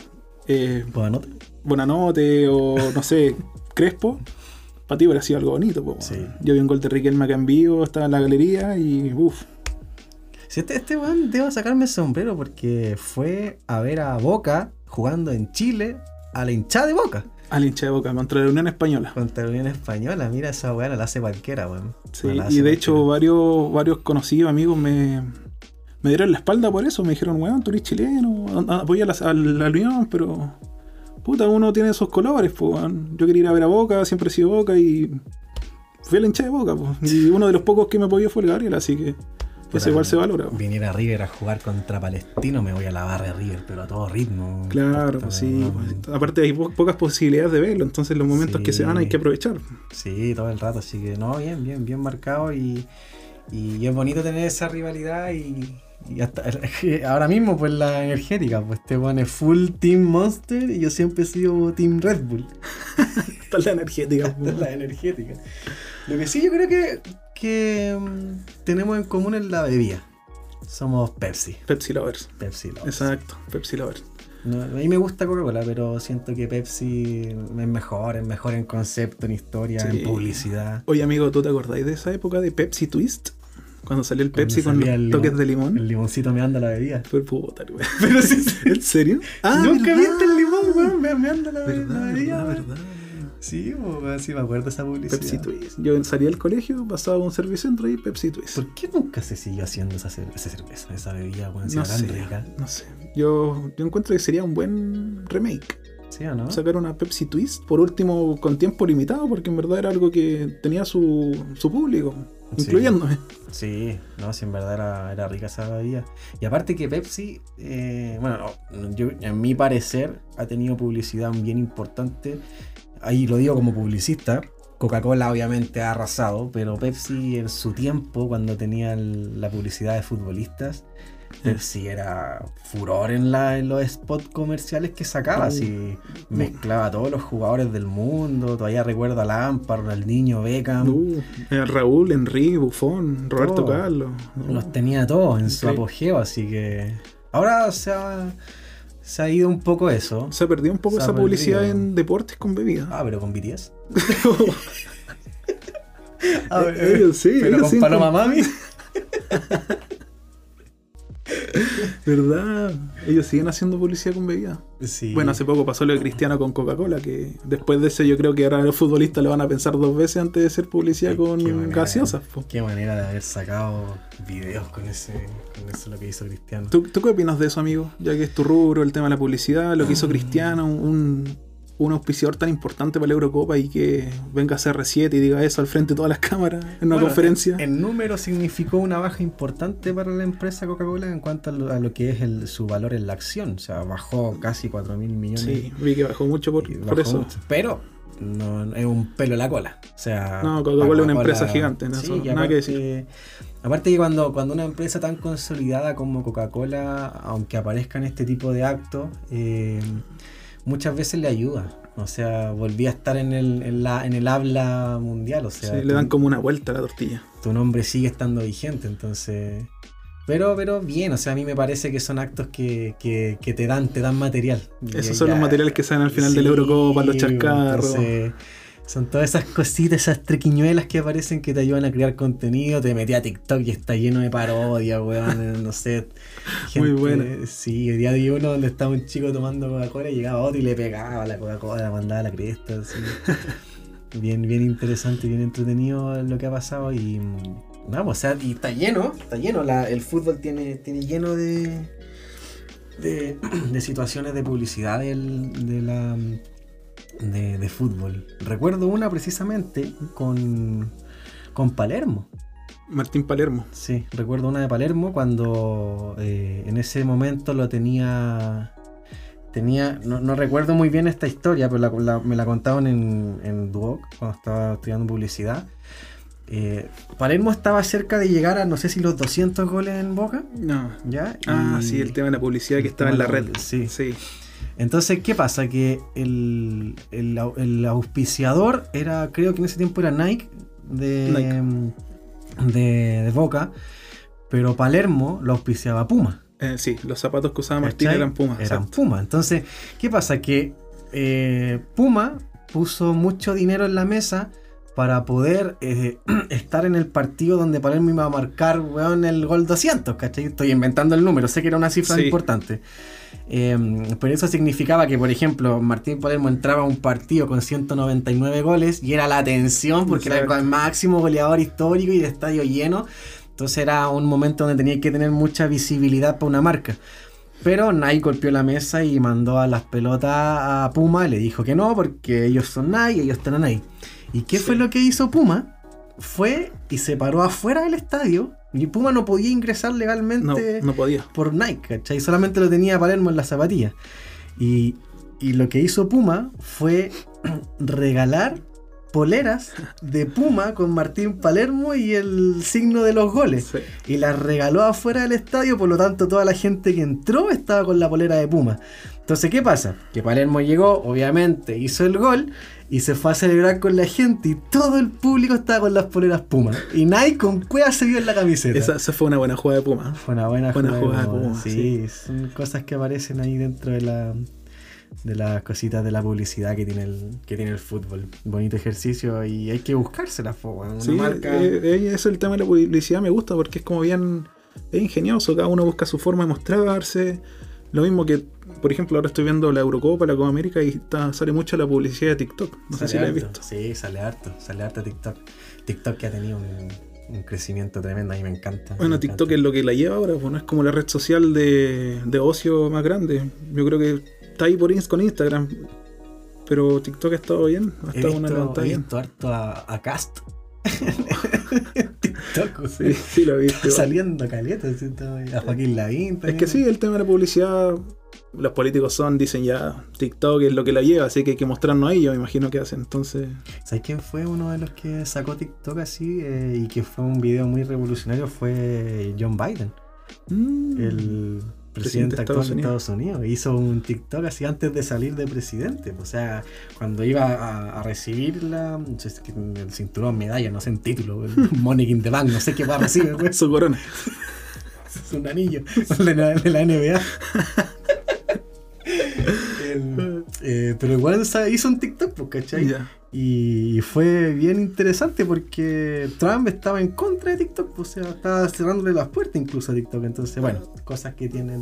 Speaker 2: Bonanote o, no sé, Crespo, para ti hubiera sido algo bonito.
Speaker 1: Sí.
Speaker 2: Yo vi un gol de Riquelme acá en vivo, estaba en la galería y uff.
Speaker 1: Si este weón debo sacarme el sombrero porque fue a ver a Boca jugando en Chile a la hinchada de Boca.
Speaker 2: A la hincha de Boca, contra la Unión Española.
Speaker 1: Contra la Unión Española, mira, esa weá la hace cualquiera, weón.
Speaker 2: Sí, y de hecho varios conocidos amigos me dieron la espalda por eso, me dijeron, weón, tú eres chileno, apoya a la Unión, pero puta, uno tiene esos colores, pues, weón. Yo quería ir a ver a Boca, siempre he sido Boca y fui a la hincha de Boca, pues. Y uno de los pocos que me apoyó fue el Gabriel, así que eso igual se valora.
Speaker 1: Viniera a River a jugar contra Palestino, me voy a la barra de River, pero a todo ritmo.
Speaker 2: Claro, pues sí. Aparte hay pocas posibilidades de verlo, entonces los momentos que se van hay que aprovechar.
Speaker 1: Sí, todo el rato, así que no, bien marcado y es bonito tener esa rivalidad y hasta ahora mismo pues la energética, pues te pone full Team Monster y yo siempre he sido Team Red Bull.
Speaker 2: Está la energética.
Speaker 1: La energética. Lo que sí yo creo que tenemos en común es la bebida. Somos Pepsi.
Speaker 2: Pepsi lovers. Exacto, Pepsi lovers.
Speaker 1: No, a mí me gusta Coca-Cola, pero siento que Pepsi es mejor en concepto, en historia, en publicidad.
Speaker 2: Oye, amigo, ¿tú te acordáis de esa época de Pepsi Twist? Cuando salió el Pepsi con los toques de limón.
Speaker 1: El limoncito me anda la bebida.
Speaker 2: Fue puta, güey.
Speaker 1: Pero sí,
Speaker 2: ¿En serio?
Speaker 1: Nunca viste el limón, weón. Me anda la bebida.
Speaker 2: Verdad.
Speaker 1: Sí, sí me acuerdo de esa publicidad.
Speaker 2: Pepsi Twist. Yo salía del colegio, pasaba a un servicentro y Pepsi Twist.
Speaker 1: ¿Por qué nunca se siguió haciendo esa cerveza, esa bebida, weón?
Speaker 2: No sé,
Speaker 1: rica.
Speaker 2: No sé. Yo encuentro que sería un buen remake.
Speaker 1: ¿Sí o no?
Speaker 2: Sacar una Pepsi Twist, por último, con tiempo limitado, porque en verdad era algo que tenía su público, incluyéndome.
Speaker 1: Sí, no, sí, en verdad era rica esa bebida. Y aparte que Pepsi, yo, en mi parecer, ha tenido publicidad bien importante. Ahí lo digo como publicista. Coca-Cola obviamente ha arrasado, pero Pepsi en su tiempo, cuando tenía la publicidad de futbolistas, Pepsi era furor en los spots comerciales que sacaba, así mezclaba a todos los jugadores del mundo. Todavía recuerdo a Lampard, Ronaldinho, Beckham,
Speaker 2: Raúl, Henry, Buffon, Roberto Carlos.
Speaker 1: Los tenía todos en su apogeo, así que ahora se ha ido un poco eso.
Speaker 2: Se perdió un poco esa publicidad en deportes con bebidas.
Speaker 1: Pero con BTS.
Speaker 2: Ellos sí.
Speaker 1: Pero con Paloma Mami.
Speaker 2: ¿Verdad? Ellos siguen haciendo publicidad con bebidas.
Speaker 1: Sí.
Speaker 2: Bueno, hace poco pasó lo de Cristiano con Coca-Cola, que después de eso yo creo que ahora los futbolistas lo van a pensar 2 veces antes de hacer publicidad con gaseosas.
Speaker 1: Qué manera de haber sacado videos con eso lo que hizo Cristiano.
Speaker 2: ¿Tú qué opinas de eso, amigo? Ya que es tu rubro, el tema de la publicidad, lo que hizo Cristiano, un auspiciador tan importante para la Eurocopa y que venga a CR7 y diga eso al frente de todas las cámaras en una conferencia.
Speaker 1: En número significó una baja importante para la empresa Coca-Cola en cuanto a lo que es su valor en la acción. O sea, bajó casi 4.000 millones.
Speaker 2: Sí, vi que bajó mucho por eso.
Speaker 1: Mucho, pero no es un pelo en la cola. O sea,
Speaker 2: no, Coca-Cola es una empresa gigante, ¿no? Eso, nada que decir.
Speaker 1: Aparte que cuando una empresa tan consolidada como Coca-Cola, aunque aparezca en este tipo de actos, muchas veces le ayuda. O sea, volvía a estar en el habla mundial. O sea,
Speaker 2: sí, le dan como una vuelta a la tortilla.
Speaker 1: Tu nombre sigue estando vigente, entonces. Pero bien, o sea, a mí me parece que son actos que te dan material.
Speaker 2: Esos son los materiales que salen al final del Eurocopa, los chascarros. Entonces,
Speaker 1: son todas esas cositas, esas triquiñuelas que aparecen que te ayudan a crear contenido. Te metí a TikTok y está lleno de parodias, weón, no sé.
Speaker 2: Muy bueno.
Speaker 1: Sí, el día de uno donde estaba un chico tomando Coca-Cola y llegaba otro y le pegaba la Coca-Cola, la mandaba a la cresta, así. bien interesante, bien entretenido lo que ha pasado y vamos, o sea, y está lleno, el fútbol tiene lleno de situaciones de publicidad de fútbol. Recuerdo una precisamente con Palermo.
Speaker 2: Martín Palermo.
Speaker 1: Sí, recuerdo una de Palermo cuando en ese momento lo tenía, no recuerdo muy bien esta historia, pero me la contaban en Duoc cuando estaba estudiando publicidad. Palermo estaba cerca de llegar a no sé si los 200 goles en Boca.
Speaker 2: No.
Speaker 1: ¿Ya?
Speaker 2: Sí, el tema de la publicidad que estaba en la red.
Speaker 1: Sí. Entonces, ¿qué pasa? Que el auspiciador era, creo que en ese tiempo era Nike de Boca, pero Palermo lo auspiciaba Puma.
Speaker 2: Sí, los zapatos que usaba Martín
Speaker 1: ¿Cachai?
Speaker 2: eran Puma.
Speaker 1: Eran Puma. Entonces, ¿qué pasa? Que Puma puso mucho dinero en la mesa para poder estar en el partido donde Palermo iba a marcar, weón, el gol 200, ¿cachai? Estoy inventando el número, sé que era una cifra importante. Pero eso significaba que, por ejemplo, Martín Palermo entraba a un partido con 199 goles y era la atención porque era el máximo goleador histórico y de estadio lleno. Entonces era un momento donde tenía que tener mucha visibilidad para una marca. Pero Nike golpeó la mesa y mandó a las pelotas a Puma y le dijo que no, porque ellos son Nike, ellos están ahí. ¿Y qué fue lo que hizo Puma? Fue y se paró afuera del estadio. Y Puma no podía ingresar legalmente
Speaker 2: no podía.
Speaker 1: Por Nike, ¿cachai? Solamente lo tenía Palermo en las zapatillas. Y lo que hizo Puma fue regalar poleras de Puma con Martín Palermo y el signo de los goles.
Speaker 2: Sí.
Speaker 1: Y las regaló afuera del estadio, por lo tanto toda la gente que entró estaba con la polera de Puma. Entonces, ¿qué pasa? Que Palermo llegó, obviamente, hizo el gol y se fue a celebrar con la gente y todo el público estaba con las poleras Puma. Y Nike con cueva se vio en la camiseta.
Speaker 2: Esa fue una buena jugada de Puma.
Speaker 1: Fue una buena jugada de Puma.
Speaker 2: Sí,
Speaker 1: son cosas que aparecen ahí dentro de las cositas de la publicidad que tiene el fútbol. Bonito ejercicio y hay que buscárselas. Una marca.
Speaker 2: Eso, el tema de la publicidad me gusta porque es como bien, es ingenioso, cada uno busca su forma de mostrarse. Lo mismo que, por ejemplo, ahora estoy viendo la Eurocopa, la Copa América y sale mucho la publicidad de TikTok. No sé si la has visto.
Speaker 1: Sí, sale harto TikTok. TikTok que ha tenido un crecimiento tremendo, a mí me encanta.
Speaker 2: Bueno, TikTok es lo que la lleva ahora, pues no es como la red social de ocio más grande. Yo creo que está ahí con Instagram, pero TikTok ha estado bien. He
Speaker 1: visto harto a Cast. TikTok,
Speaker 2: sí, lo he visto.
Speaker 1: Está saliendo caleta, a Joaquín Lavín.
Speaker 2: Es que sí, el tema de la publicidad, los políticos dicen ya, TikTok es lo que la lleva, así que hay que mostrarnos a ellos, me imagino que hacen. Entonces,
Speaker 1: ¿sabes quién fue uno de los que sacó TikTok así y que fue un video muy revolucionario? Fue John Biden, el presidente actual de Estados Unidos. Hizo un TikTok así antes de salir de presidente. O sea, cuando iba a recibir el cinturón, medalla, no sé, en título, el Money in the Bank, no sé qué va a recibir.
Speaker 2: Su corona.
Speaker 1: Es un anillo de la NBA. Pero igual hizo un TikTok, pues, ¿cachai?
Speaker 2: Yeah.
Speaker 1: Y fue bien interesante porque Trump estaba en contra de TikTok, pues, o sea, estaba cerrándole las puertas incluso a TikTok. Entonces, bueno, cosas que tiene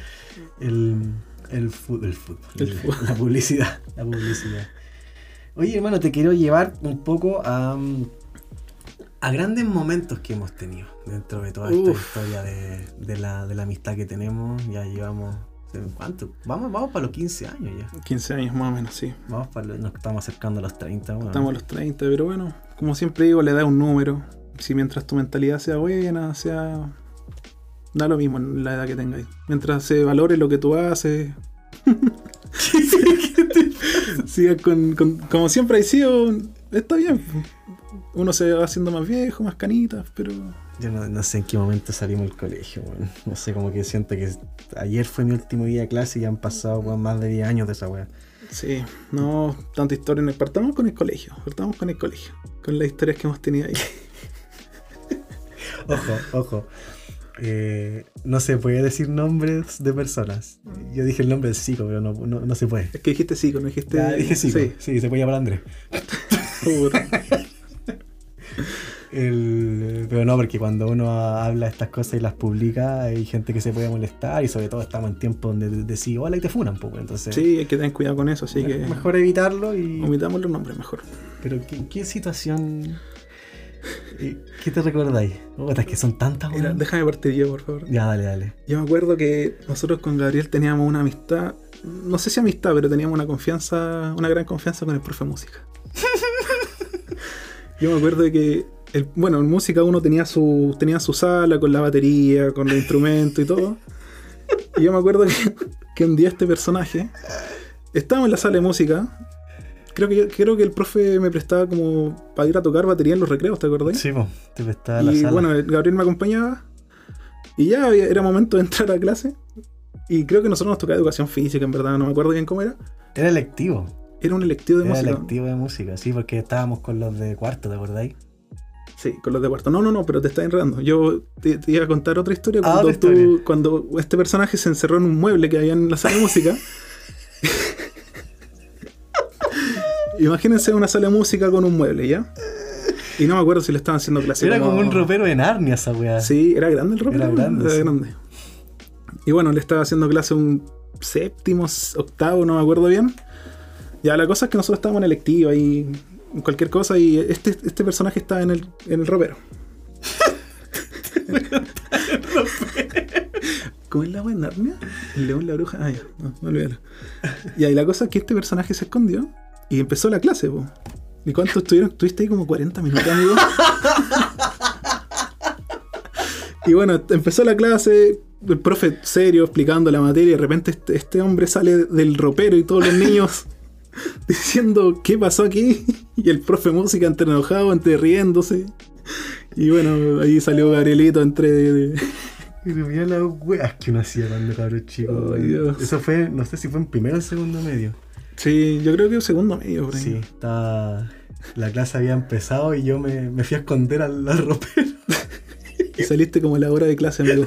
Speaker 1: el fútbol, la publicidad. Oye, hermano, te quiero llevar un poco a grandes momentos que hemos tenido dentro de toda esta historia de la amistad que tenemos. Ya llevamos... ¿cuánto? Vamos para los 15 años ya.
Speaker 2: 15 años más o menos, sí.
Speaker 1: Nos estamos acercando a los 30. Bueno.
Speaker 2: Estamos a los 30, pero bueno, como siempre digo, le da un número. Si mientras tu mentalidad sea buena, da lo mismo en la edad que tengáis. Mientras se valore lo que tú haces. Sigas como siempre hay sido, está bien. Uno se va haciendo más viejo, más canitas, pero...
Speaker 1: Yo no sé en qué momento salimos del colegio, bueno. No sé, como que siento que ayer fue mi último día de clase y ya han pasado más de 10 años de esa weá.
Speaker 2: Sí, no, tanta historia. Partamos con el colegio, con las historias que hemos tenido ahí.
Speaker 1: Ojo. No se puede decir nombres de personas. Yo dije el nombre del Zico, pero no se puede.
Speaker 2: Es que dijiste Zico, no dijiste...
Speaker 1: Ya, dije Zico, sí, se puede llamar Andrés. Pero no, porque cuando uno habla estas cosas y las publica, hay gente que se puede molestar y sobre todo estamos en tiempos donde decís hola y te funan, pues, entonces...
Speaker 2: Sí, hay que tener cuidado con eso, así que...
Speaker 1: Mejor evitarlo y...
Speaker 2: Omitamos los nombres mejor.
Speaker 1: Pero ¿qué situación? ¿Qué te recordáis? Es que son tantas,
Speaker 2: Mira,
Speaker 1: weón.
Speaker 2: déjame partir yo, por favor.
Speaker 1: Ya, dale.
Speaker 2: Yo me acuerdo que nosotros con Gabriel teníamos una amistad, no sé si amistad, pero teníamos una gran confianza con el profe de música. Yo me acuerdo de que, en música uno tenía su sala con la batería, con los instrumentos y todo. Y yo me acuerdo que un día este personaje, estábamos en la sala de música, creo que el profe me prestaba como para ir a tocar batería en los recreos, ¿te acordás?
Speaker 1: Sí, pues, te prestaba la
Speaker 2: Y
Speaker 1: sala.
Speaker 2: bueno, Gabriel me acompañaba y ya era momento de entrar a clase. Y creo que nosotros nos tocaba educación física, en verdad, no me acuerdo bien cómo era.
Speaker 1: Era electivo.
Speaker 2: Era un electivo de música.
Speaker 1: Era electivo de música, sí, porque estábamos con los de cuarto, ¿te acordáis?
Speaker 2: Sí, con los de cuarto. No, pero te estás enredando. Yo te iba a contar otra historia cuando este personaje se encerró en un mueble que había en la sala de música. Imagínense una sala de música con un mueble, ¿ya? Y no me acuerdo si le estaban haciendo clase.
Speaker 1: Era como un ropero de Narnia esa weá.
Speaker 2: Sí, era grande el ropero.
Speaker 1: Era grande,
Speaker 2: Era
Speaker 1: sí.
Speaker 2: grande. Y bueno, le estaba haciendo clase un séptimo, octavo, no me acuerdo bien. Ya, la cosa es que nosotros estábamos en electivo ahí, en cualquier cosa, y este personaje estaba en el ropero. ¿Cómo es la wea en Narnia? El león, la bruja. Ah, ya, no olvídalo. Y ahí la cosa es que este personaje se escondió y empezó la clase, po. ¿Y cuánto estuvieron? Estuviste ahí como 40 minutos, amigo. Y bueno, empezó la clase, el profe serio explicando la materia, y de repente este hombre sale del ropero y todos los niños diciendo ¿qué pasó aquí? Y el profe de música entre enojado, entre riéndose. Y bueno, ahí salió Gabrielito entre...
Speaker 1: Pero mira las weas que uno hacía cuando cabrón chico.
Speaker 2: Ay, Dios.
Speaker 1: Eso fue, no sé si fue en primero o segundo medio.
Speaker 2: Sí, yo creo que un segundo medio por ahí.
Speaker 1: Sí, la clase había empezado y yo me fui a esconder al ropero.
Speaker 2: Y saliste como a la hora de clase, amigo.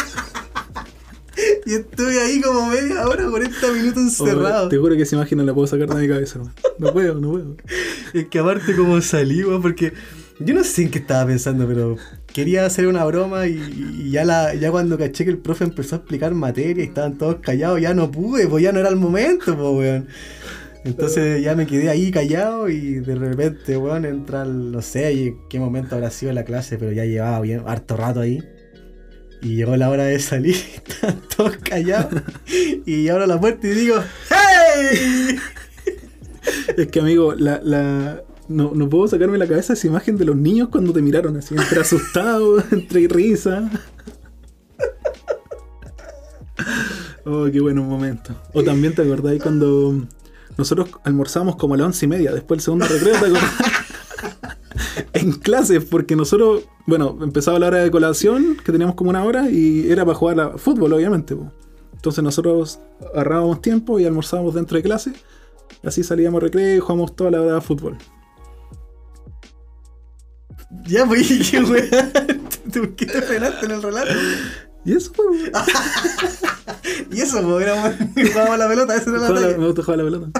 Speaker 1: Y estuve ahí como media hora, 40 minutos encerrado.
Speaker 2: Te juro que esa imagen no la puedo sacar de mi cabeza, man. No puedo.
Speaker 1: Es que aparte como salí, weón, porque yo no sé en qué estaba pensando, pero quería hacer una broma y ya cuando caché que el profe empezó a explicar materia y estaban todos callados, ya no pude, pues ya no era el momento, pues weón. Entonces ya me quedé ahí callado y de repente, weón, entra no sé en qué momento habrá sido la clase, pero ya llevaba bien harto rato ahí. Y llegó la hora de salir, estaban todos callados. Y abro la puerta y digo, ¡hey!
Speaker 2: Es que, amigo, no puedo sacarme de la cabeza esa imagen de los niños cuando te miraron así, entre asustados, entre risa. Oh, qué buen momento. O también te acordáis cuando nosotros almorzamos como a las 11:30, después del segundo recreo, ¿te acordás? En clases, porque nosotros, bueno, empezaba la hora de colación, que teníamos como una hora, y era para jugar a fútbol, obviamente, po. Entonces nosotros agarrábamos tiempo y almorzábamos dentro de clase, así salíamos a recreo y jugábamos toda la hora de fútbol.
Speaker 1: Ya, pues, qué weá. ¿Por qué te frenaste en el relato?
Speaker 2: Y eso fue,
Speaker 1: Y eso, pues, jugábamos a la pelota, esa era la talla.
Speaker 2: me gusta jugar a la pelota.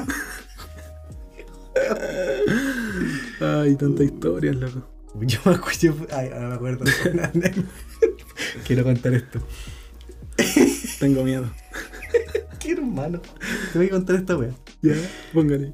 Speaker 2: Ay, tanta historia, loco.
Speaker 1: Yo me acuerdo. Ay, ahora me acuerdo. Quiero contar esto.
Speaker 2: Tengo miedo.
Speaker 1: Qué hermano. Te voy a contar esta wea.
Speaker 2: Ya, póngale.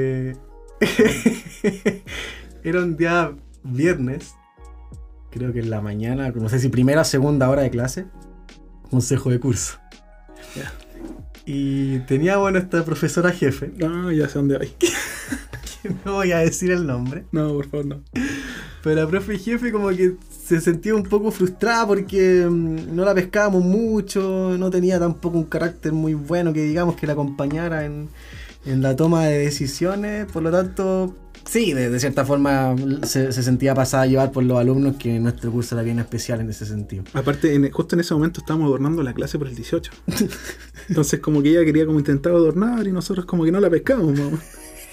Speaker 1: Era un día viernes. Creo que en la mañana, no sé si primera o segunda hora de clase. Consejo de curso.
Speaker 2: Ya.
Speaker 1: Y teníamos nuestra profesora jefe.
Speaker 2: No, ya sé dónde hay.
Speaker 1: No voy a decir el nombre.
Speaker 2: No, por favor, no.
Speaker 1: Pero la profe jefe como que se sentía un poco frustrada porque no la pescábamos mucho, no tenía tampoco un carácter muy bueno que digamos que la acompañara en la toma de decisiones, por lo tanto, sí, de cierta forma se sentía pasada a llevar por los alumnos, que nuestro curso era bien especial en ese sentido.
Speaker 2: Aparte, justo en ese momento estábamos adornando la clase por el 18. Entonces como que ella quería como intentar adornar y nosotros como que no la pescábamos, mamá.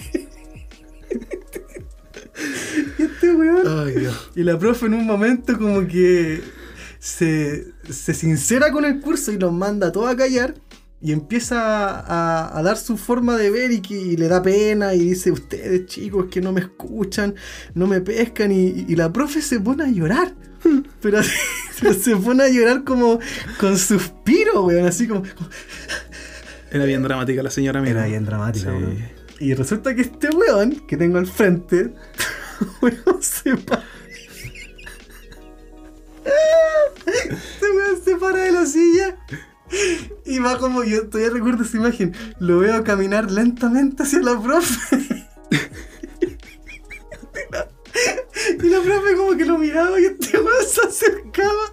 Speaker 1: Y este weón.
Speaker 2: Ay, Dios.
Speaker 1: Y la profe en un momento como que se sincera con el curso y nos manda a todos a callar y empieza a dar su forma de ver y le da pena y dice, ustedes chicos que no me escuchan, no me pescan, y la profe se pone a llorar. Pero se pone a llorar como con suspiro, weón, así como...
Speaker 2: Era bien dramática la señora, amigo.
Speaker 1: Era bien dramática,
Speaker 2: Sí.
Speaker 1: weón. Y resulta que este weón que tengo al frente, weón, se para de la silla y va como, yo todavía recuerdo esa imagen, lo veo caminar lentamente hacia la profe. Y la profe como que lo miraba y este weón se acercaba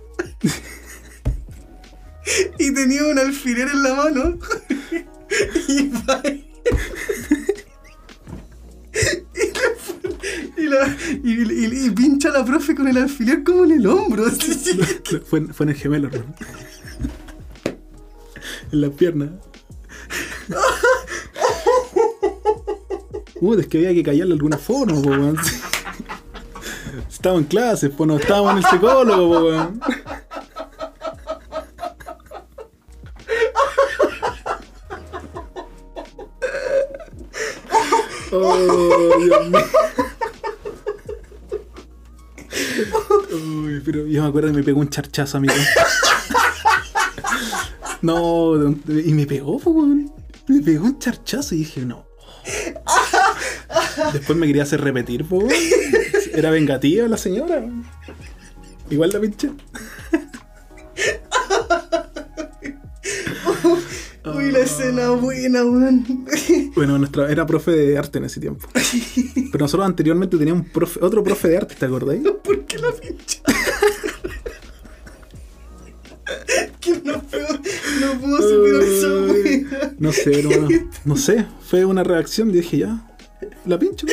Speaker 1: y tenía un alfiler en la mano y va y pincha a la profe con el alfiler como en el hombro.
Speaker 2: Fue en el gemelo, ¿no? En la pierna. Es que había que callarle de alguna forma, po, weón. Estaba en clases, pues no estábamos en el psicólogo, po, weón. Oh, Dios mío. Uy, pero yo me acuerdo que me pegó un charchazo, amigo. No, y me pegó, weón. Me pegó un charchazo y dije, no. Después me quería hacer repetir, po. Era vengativa la señora. Igual la pinche.
Speaker 1: Uy, la escena buena, weón.
Speaker 2: Bueno, era profe de arte en ese tiempo. Pero nosotros anteriormente teníamos otro profe de arte, ¿te acordáis?
Speaker 1: ¿Por qué la pinche? Que no puedo superar esa wea.
Speaker 2: No sé, hermano. No sé. Fue una reacción y dije, ya. La pincho.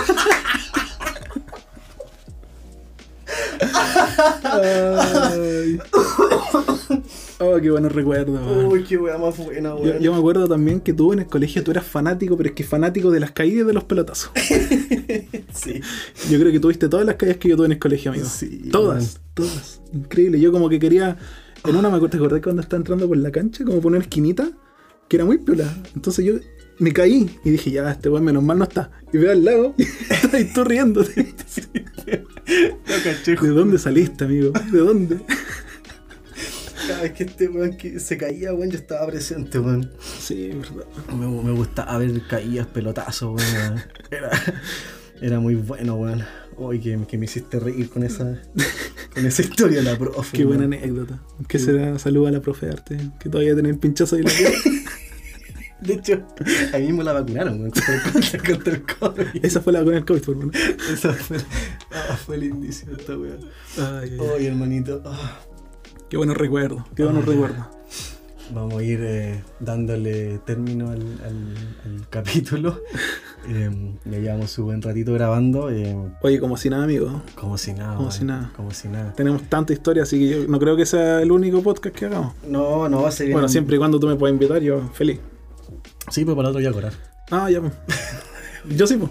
Speaker 2: Ay. Oh, qué buenos recuerdos.
Speaker 1: Uy, qué wea más buena, weón.
Speaker 2: Yo me acuerdo también que tú en el colegio tú eras fanático, pero es que fanático de las caídas y de los pelotazos.
Speaker 1: Sí.
Speaker 2: Yo creo que tuviste todas las caídas que yo tuve en el colegio, amigo.
Speaker 1: Sí,
Speaker 2: todas. Increíble. Yo como que quería... En una me acuerdo, ¿te acordás cuando estaba entrando por la cancha? Como por una esquinita, que era muy piola. Entonces yo me caí y dije, ya, este weón menos mal no está. Y veo al lado y tú riéndote.
Speaker 1: No caché.
Speaker 2: ¿De dónde saliste, amigo? ¿De dónde?
Speaker 1: Cada vez que este weón que se caía, weón, yo estaba presente, weón.
Speaker 2: Sí, verdad.
Speaker 1: Me gustaba ver caídas, pelotazos, weón. Era muy bueno, weón. Uy, que me hiciste reír con esa historia de la profe.
Speaker 2: Qué buena anécdota. ¿Qué será? Saluda a la profe de arte, que todavía tiene el pinchazo ahí en la piel.
Speaker 1: De hecho, a mí mismo la vacunaron, weón, contra el COVID.
Speaker 2: Esa fue la con el COVID, por favor.
Speaker 1: Esa fue lindísima esta weón. Ay, hermanito.
Speaker 2: Qué buenos recuerdos, qué buenos recuerdos.
Speaker 1: Vamos a ir dándole término al capítulo. Ya llevamos un buen ratito grabando.
Speaker 2: Oye, como si nada, amigo.
Speaker 1: Como si nada.
Speaker 2: Como si nada.
Speaker 1: Como si nada.
Speaker 2: Tenemos tanta historia, así que yo no creo que sea el único podcast que hagamos.
Speaker 1: No, va a ser bien.
Speaker 2: Bueno, siempre y cuando tú me puedas invitar, yo feliz.
Speaker 1: Sí, pues para el otro día a cobrar.
Speaker 2: Ah, ya, pues. Yo sí, pues.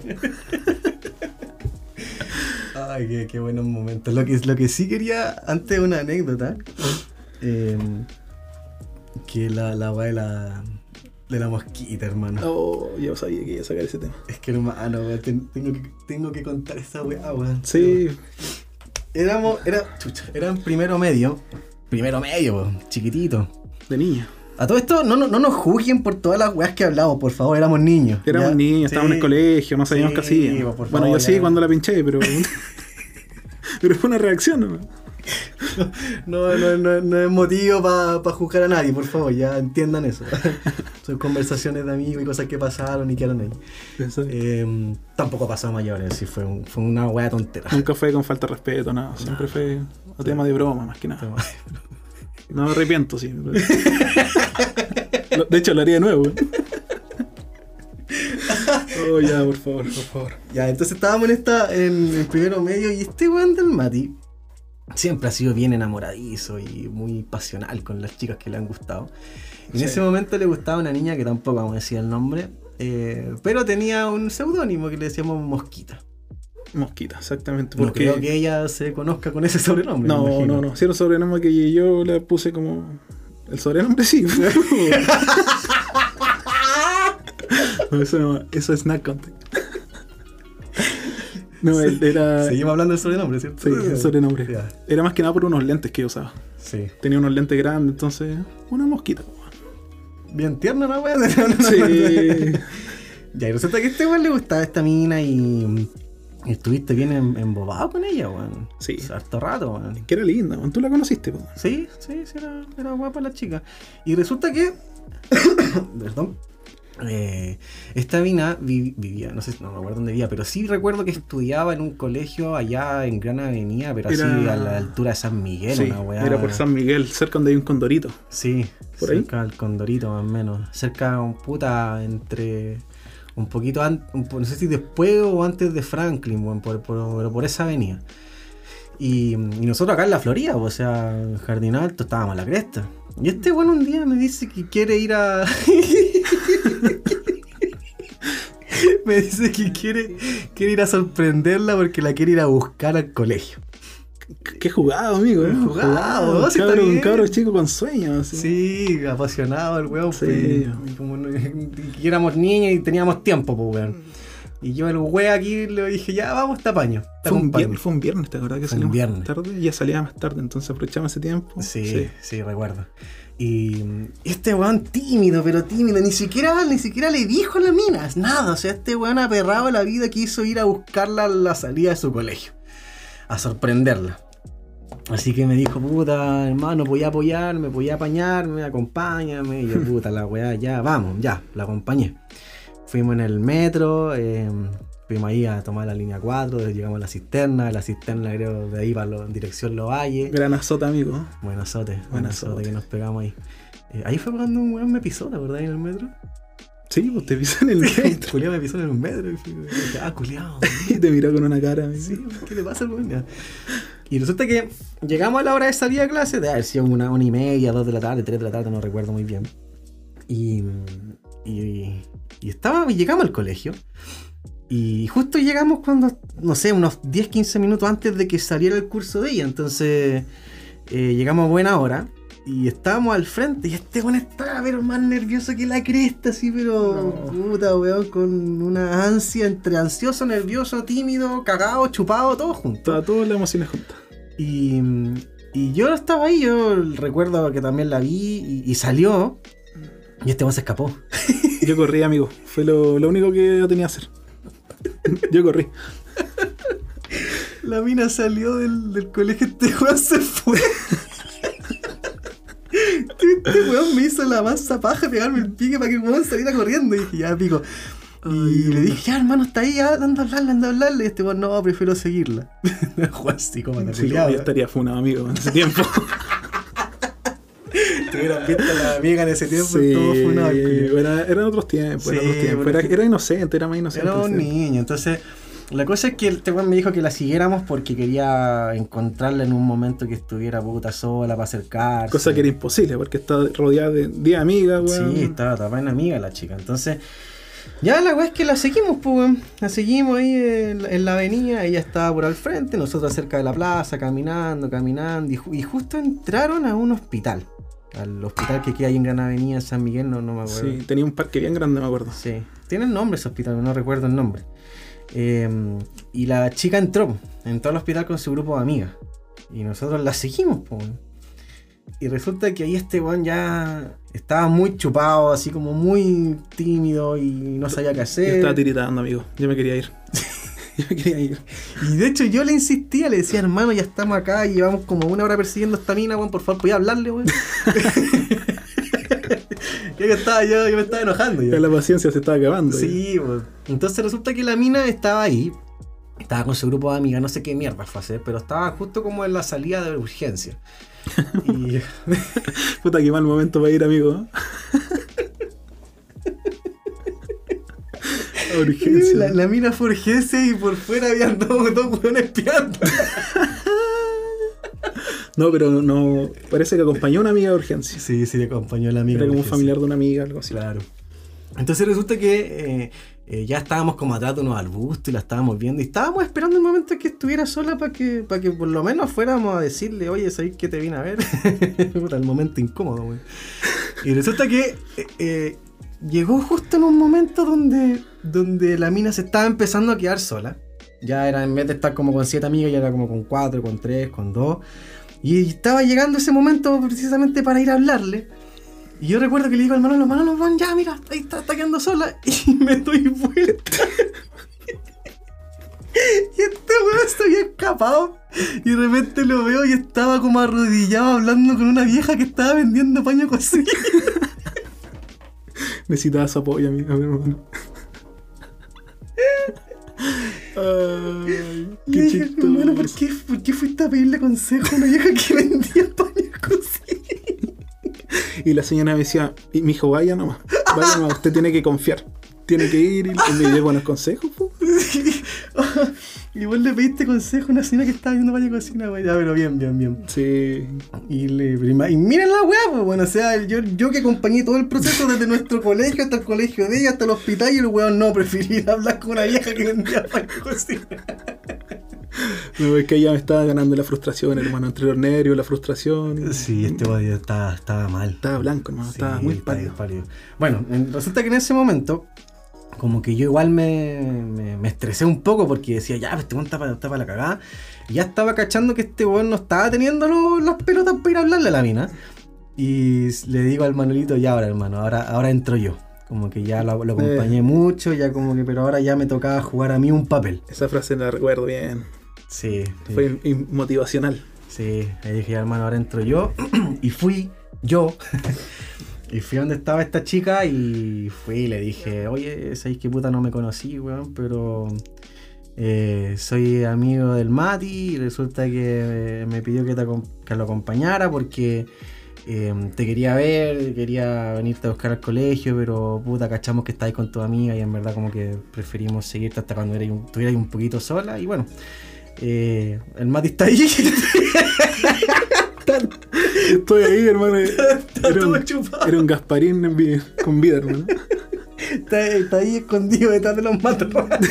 Speaker 1: Ay, qué buenos momentos. Lo que sí quería, antes una anécdota, que la weá de la mosquita, hermano.
Speaker 2: Oh, yo sabía que iba a sacar ese tema.
Speaker 1: Es que, hermano, weá, tengo que contar esa weá, weón.
Speaker 2: Sí.
Speaker 1: Era en primero medio, weón, chiquitito.
Speaker 2: De niño.
Speaker 1: A todo esto, no nos juzguen por todas las weas que hablamos, por favor, éramos niños.
Speaker 2: Éramos niños, estábamos en el colegio, no sabíamos qué hacíamos. Bueno, yo sí cuando la pinché, pero... pero fue una reacción, ¿no?
Speaker 1: No es motivo para juzgar a nadie, por favor, ya entiendan eso. Son conversaciones de amigos y cosas que pasaron y quedaron ahí. Tampoco pasó a mayores, sí, fue una wea tontera.
Speaker 2: Nunca fue con falta de respeto, nada. Siempre fue un tema de broma, más que nada. No me arrepiento, sí. De hecho, lo haría de nuevo. Oh, ya, por favor.
Speaker 1: Ya, entonces estábamos en el primero medio y este weón del Mati siempre ha sido bien enamoradizo y muy pasional con las chicas que le han gustado. Y en ese momento le gustaba una niña que tampoco vamos a decir el nombre, pero tenía un seudónimo que le decíamos Mosquita.
Speaker 2: Mosquita, exactamente.
Speaker 1: Porque no creo que ella se conozca con ese sobrenombre.
Speaker 2: No. Si era un sobrenombre que yo le puse como... El sobrenombre sí. No, eso es not contact. No, él era...
Speaker 1: Seguimos hablando del sobrenombre, ¿cierto?
Speaker 2: Sí, el sobrenombre.
Speaker 1: Ya.
Speaker 2: Era más que nada por unos lentes que yo usaba.
Speaker 1: Sí.
Speaker 2: Tenía unos lentes grandes, entonces... Una mosquita.
Speaker 1: Bien tierna, ¿no, weón?
Speaker 2: Sí.
Speaker 1: Ya, y resulta que a este weón le gustaba esta mina y estuviste bien embobado con ella, weón.
Speaker 2: Sí.
Speaker 1: Harto rato, weón.
Speaker 2: Que era linda, weón. Tú la conociste, po.
Speaker 1: Sí, era guapa la chica. Y resulta que... Perdón. Esta mina vivía, no sé, no me acuerdo dónde vivía, pero sí recuerdo que estudiaba en un colegio allá en Gran Avenida, pero así a la altura de San Miguel,
Speaker 2: Sí,
Speaker 1: una weá.
Speaker 2: era por San Miguel, cerca donde hay un condorito.
Speaker 1: Sí,
Speaker 2: ¿Por ahí?
Speaker 1: cerca del Condorito más o menos. Cerca, un puta, entre... Un poquito antes, no sé si después o antes de Franklin, weón, pero por esa avenida. Y nosotros acá en la Florida, o sea, en Jardín Alto, estábamos a la cresta. Y este bueno un día me dice que quiere ir a... me dice que quiere ir a sorprenderla porque la quiere ir a buscar al colegio.
Speaker 2: Qué jugado, amigo.
Speaker 1: Jugado, sí, está
Speaker 2: Un
Speaker 1: bien.
Speaker 2: cabro chico con sueños.
Speaker 1: Sí, apasionado el weón.
Speaker 2: Sí.
Speaker 1: Y como y éramos niños y teníamos tiempo, pues weón. Y yo el weón aquí le dije, ya vamos, te apaño. Te acompaño.
Speaker 2: Fue un viernes, ¿te acordás que
Speaker 1: Fue un
Speaker 2: salimos
Speaker 1: viernes.
Speaker 2: tarde? Ya salía más tarde, entonces aprovechamos ese tiempo.
Speaker 1: Sí, recuerdo. Y este weón tímido, ni siquiera le dijo a la mina, nada. O sea, este weón aperrado a la vida quiso ir a buscarla a la salida de su colegio, a sorprenderla. Así que me dijo, puta, hermano, voy a apoyarme, voy a apañarme, acompáñame. Y yo, puta, la weá, ya, vamos, ya, la acompañé. Fuimos en el metro, fuimos ahí a tomar la línea 4, llegamos a la cisterna creo de ahí para en dirección Lovalle.
Speaker 2: Gran azota, amigo.
Speaker 1: Buenazote
Speaker 2: Buenazote.
Speaker 1: que nos pegamos ahí. Ahí fue cuando un weón me pisó, ¿la verdad? En el metro.
Speaker 2: Sí, pues te pisó en el metro.
Speaker 1: Culeado me pisó en el metro. Y dije, culeado.
Speaker 2: Y te miró con una cara, amigo.
Speaker 1: Sí, ¿qué le pasa al weón? Ya. Y resulta que llegamos a la hora de salida de clase, de haber sido 1:30, 2 de la tarde, 3 de la tarde, no recuerdo muy bien. Y llegamos al colegio. Y justo llegamos cuando, no sé, unos 10-15 minutos antes de que saliera el curso de ella. Entonces llegamos a buena hora. Y estábamos al frente. Y este weón estaba pero más nervioso que la cresta, así, pero puta weón, con una ansia entre ansioso, nervioso, tímido, cagado, chupado, todo junto.
Speaker 2: Todas las emociones juntas.
Speaker 1: Y yo estaba ahí, yo recuerdo que también la vi y salió. Y este weón se escapó.
Speaker 2: Yo corrí, amigo. Fue lo único que yo tenía que hacer. Yo corrí.
Speaker 1: La mina salió del colegio, este weón se fue. Este weón me hizo la masa paja pegarme el pique para que el weón saliera corriendo. Y dije, ya, pico. Y le dije, ya, hermano, está ahí, ya, anda a hablarle. Y este weón, no, prefiero seguirla. Juan psicópata,
Speaker 2: Sí, yo estaría funado, amigo, en ese tiempo.
Speaker 1: Te hubieran visto a la amiga en ese tiempo,
Speaker 2: Sí,
Speaker 1: todo funado.
Speaker 2: bueno, eran otros tiempos.
Speaker 1: Sí,
Speaker 2: Era inocente, era más inocente.
Speaker 1: Era un niño, entonces... La cosa es que este weón me dijo que la siguiéramos porque quería encontrarla en un momento que estuviera puta sola para acercarse.
Speaker 2: Cosa que era imposible, porque estaba rodeada de 10 amigas, weón.
Speaker 1: Sí, estaba tapada en amiga la chica. Entonces, ya la weá es que la seguimos, pues, weón. La seguimos ahí en la avenida. Ella estaba por al frente, nosotros cerca de la plaza, caminando. Y justo entraron a un hospital. Al hospital que queda ahí en Gran Avenida, San Miguel, no me acuerdo.
Speaker 2: Sí, tenía un parque bien grande, me acuerdo.
Speaker 1: Sí, tiene el nombre ese hospital, no recuerdo el nombre. Y la chica entró al hospital con su grupo de amigas. Y nosotros la seguimos, po. Y resulta que ahí este weón ya estaba muy chupado, así como muy tímido y no sabía qué hacer.
Speaker 2: Yo estaba tiritando, amigo. Yo me quería ir.
Speaker 1: Y de hecho yo le insistía, le decía, hermano, ya estamos acá y llevamos como 1 hora persiguiendo a esta mina, weón, por favor, ¿podía hablarle, weón? Yo me estaba enojando.
Speaker 2: Ya la paciencia se estaba acabando.
Speaker 1: Sí, weón. Entonces resulta que la mina estaba ahí. Estaba con su grupo de amigas, no sé qué mierda fue a hacer, pero estaba justo como en la salida de urgencia. Y...
Speaker 2: Puta, qué mal momento para ir, amigo. Urgencia.
Speaker 1: La mina fue urgencia y por fuera habían dos hueones espiando.
Speaker 2: No, pero no. Parece que acompañó a una amiga de urgencia.
Speaker 1: Sí, le acompañó a la amiga.
Speaker 2: Era como un
Speaker 1: urgencia.
Speaker 2: familiar de una amiga, algo así.
Speaker 1: Claro. Entonces resulta que ya estábamos como atrás de unos arbustos y la estábamos viendo. Y estábamos esperando el momento en que estuviera sola para que por lo menos fuéramos a decirle, oye, ¿sabes que te vine a ver? Puta, el momento incómodo, güey. Y resulta que llegó justo en un momento donde la mina se estaba empezando a quedar sola. Ya era, en vez de estar como con 7 amigas, ya era como con 4, con 3, con 2. Y estaba llegando ese momento precisamente para ir a hablarle. Y yo recuerdo que le digo al Manolo, weón, ya, mira, ahí está quedando sola. Y me doy vuelta. Y este weón se había escapado. Y de repente lo veo y estaba como arrodillado hablando con una vieja que estaba vendiendo paño cocido.
Speaker 2: Necesitaba su apoyo, a mi hermano. Ay,
Speaker 1: Y
Speaker 2: qué
Speaker 1: dije,
Speaker 2: chistoso.
Speaker 1: hermano, ¿por qué fuiste a pedirle consejo a una vieja que vendía paño cocido?
Speaker 2: Y la señora me decía, y mi hijo, vaya nomás, usted tiene que confiar. Tiene que ir y me dio buenos consejos, po.
Speaker 1: Y vos le pediste consejo a una señora que estaba viendo paño cocina, weón. Ya, pero bien.
Speaker 2: Sí.
Speaker 1: Y miren la weá, pues bueno, o sea, yo que acompañé todo el proceso desde nuestro colegio hasta el colegio de ella, hasta el hospital, y el weón no, preferí hablar con una vieja que vendía paño cocina.
Speaker 2: No, es que ella me estaba ganando la frustración, hermano, entre los nervios, la frustración.
Speaker 1: Sí, este weón estaba mal.
Speaker 2: Estaba blanco, hermano,
Speaker 1: Sí,
Speaker 2: estaba muy
Speaker 1: estaba
Speaker 2: pálido.
Speaker 1: Bueno, resulta que en ese momento, como que yo igual me estresé un poco porque decía, ya, este weón está para la cagada. Y ya estaba cachando que este weón no estaba teniendo las pelotas para ir a hablarle a la mina. Y le digo al Manolito, ya ahora, hermano, ahora entro yo. Como que ya lo acompañé mucho, ya como que, pero ahora ya me tocaba jugar a mí un papel.
Speaker 2: Esa frase la recuerdo bien.
Speaker 1: Sí.
Speaker 2: Fue motivacional.
Speaker 1: Sí, le dije, ya, hermano, ahora entro yo. Y fui yo. Y fui donde estaba esta chica y fui y le dije, oye, ¿sabes qué puta no me conocí, weón? Pero soy amigo del Mati y resulta que me pidió que lo acompañara porque te quería ver, quería venirte a buscar al colegio, pero puta, cachamos que estáis con tu amiga y en verdad como que preferimos seguirte hasta cuando estuvierais un poquito sola y bueno, el Mati está ahí.
Speaker 2: Estoy ahí, hermano.
Speaker 1: todo chupado.
Speaker 2: Era un Gasparín con vida, hermano.
Speaker 1: Está ahí escondido detrás de los matorrales.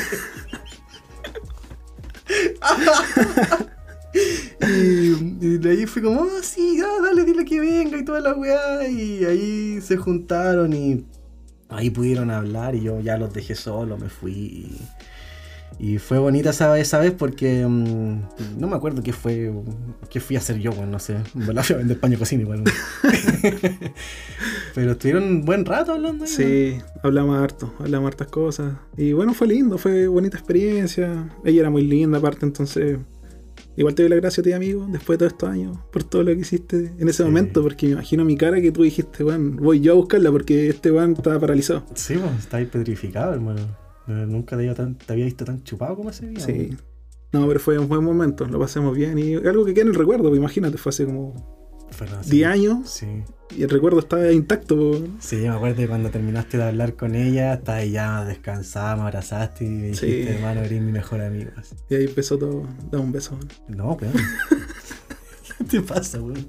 Speaker 1: y de ahí fui como, sí, dale, dile que venga y toda la weá. Y ahí se juntaron y ahí pudieron hablar y yo ya los dejé solos, me fui. Y fue bonita esa vez porque no me acuerdo qué fui a hacer yo, bueno, no sé. La fui a vender paño cocina igual. Pero estuvieron un buen rato hablando ahí.
Speaker 2: Sí, hablamos hartas cosas. Y bueno, fue lindo, fue bonita experiencia. Ella era muy linda aparte, entonces igual te doy las gracias a ti, amigo, después de todos estos años, por todo lo que hiciste en ese momento, porque me imagino mi cara que tú dijiste, bueno, voy yo a buscarla porque este weón estaba paralizado.
Speaker 1: Sí, pues, está ahí petrificado, hermano. Nunca te había visto tan chupado como ese día.
Speaker 2: Sí.
Speaker 1: Man.
Speaker 2: No, pero fue un buen momento, lo pasamos bien y algo que queda en el recuerdo, pues imagínate, fue hace como 10 años
Speaker 1: Sí.
Speaker 2: y el recuerdo está intacto. Pues.
Speaker 1: Sí, me acuerdo que cuando terminaste de hablar con ella, estabas ahí ya descansada, me abrazaste y me dijiste,
Speaker 2: Sí.
Speaker 1: hermano, eres mi mejor amigo. Así.
Speaker 2: Y ahí empezó todo, da un beso.
Speaker 1: No, weón. ¿Qué te pasa, weón?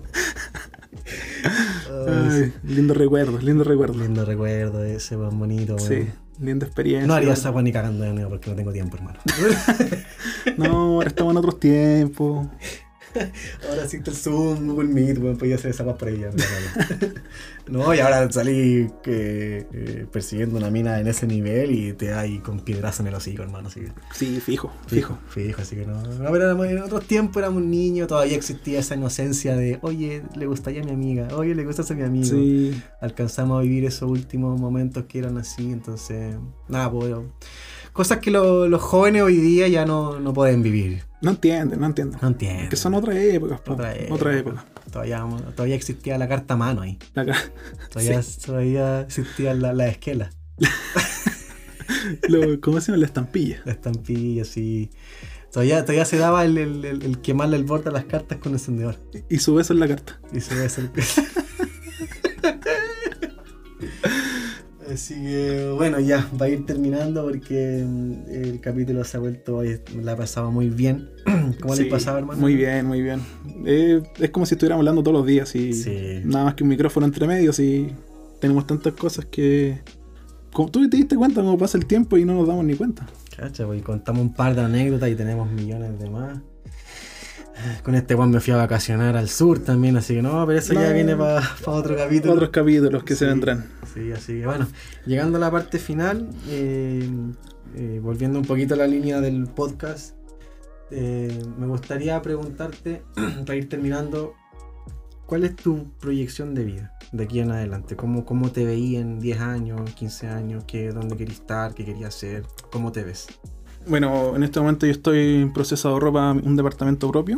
Speaker 2: Ay, lindo recuerdo.
Speaker 1: Lindo recuerdo ese, weón, bonito, weón.
Speaker 2: Sí, linda experiencia.
Speaker 1: No haría esa weón ni cagando de nuevo porque no tengo tiempo, hermano.
Speaker 2: No, ahora estamos en otros tiempos.
Speaker 1: Ahora sí el Zoom, Google Meet, weón, podía hacer esa más por ella. No, y ahora salí persiguiendo una mina en ese nivel y te da ahí con piedrazo en el hocico, hermano. Así que,
Speaker 2: Sí, fijo.
Speaker 1: fijo, así que no. No, pero en otros tiempos éramos niños, todavía existía esa inocencia de, oye, le gustaría a mi amiga, oye, le gusta a mi amigo.
Speaker 2: Sí.
Speaker 1: Alcanzamos a vivir esos últimos momentos que eran así, entonces, nada, pues, cosas que los jóvenes hoy día ya no pueden vivir.
Speaker 2: No entienden.
Speaker 1: No entienden.
Speaker 2: Que son otras épocas, po.
Speaker 1: Otra época. Todavía existía la carta a mano ahí. Todavía existía la esquela.
Speaker 2: ¿Cómo se llama? La estampilla.
Speaker 1: La estampilla, sí. Todavía se daba el quemarle el borde a las cartas con encendedor.
Speaker 2: Y su beso en la carta.
Speaker 1: Y se ve el Así que bueno, ya va a ir terminando porque el capítulo se ha vuelto, la ha pasado muy bien. ¿Cómo le pasaba, hermano?
Speaker 2: Muy bien. Es como si estuviéramos hablando todos los días y
Speaker 1: Sí.
Speaker 2: nada más que un micrófono entre medios y tenemos tantas cosas que... Como tú te diste cuenta cómo pasa el tiempo y no nos damos ni cuenta.
Speaker 1: Cacha, pues contamos un par de anécdotas y tenemos millones de más. Con este Juan me fui a vacacionar al sur también, así que no, pero eso ya viene para otro capítulo.
Speaker 2: Otros capítulos que se
Speaker 1: Sí.
Speaker 2: vendrán.
Speaker 1: Sí, así que bueno, llegando a la parte final, volviendo un poquito a la línea del podcast, me gustaría preguntarte, para ir terminando, ¿cuál es tu proyección de vida de aquí en adelante? ¿Cómo te veí en 10 años, 15 años? ¿Dónde querías estar? ¿Qué querías hacer? ¿Cómo te ves?
Speaker 2: Bueno, en este momento yo estoy en proceso de ahorro para un departamento propio.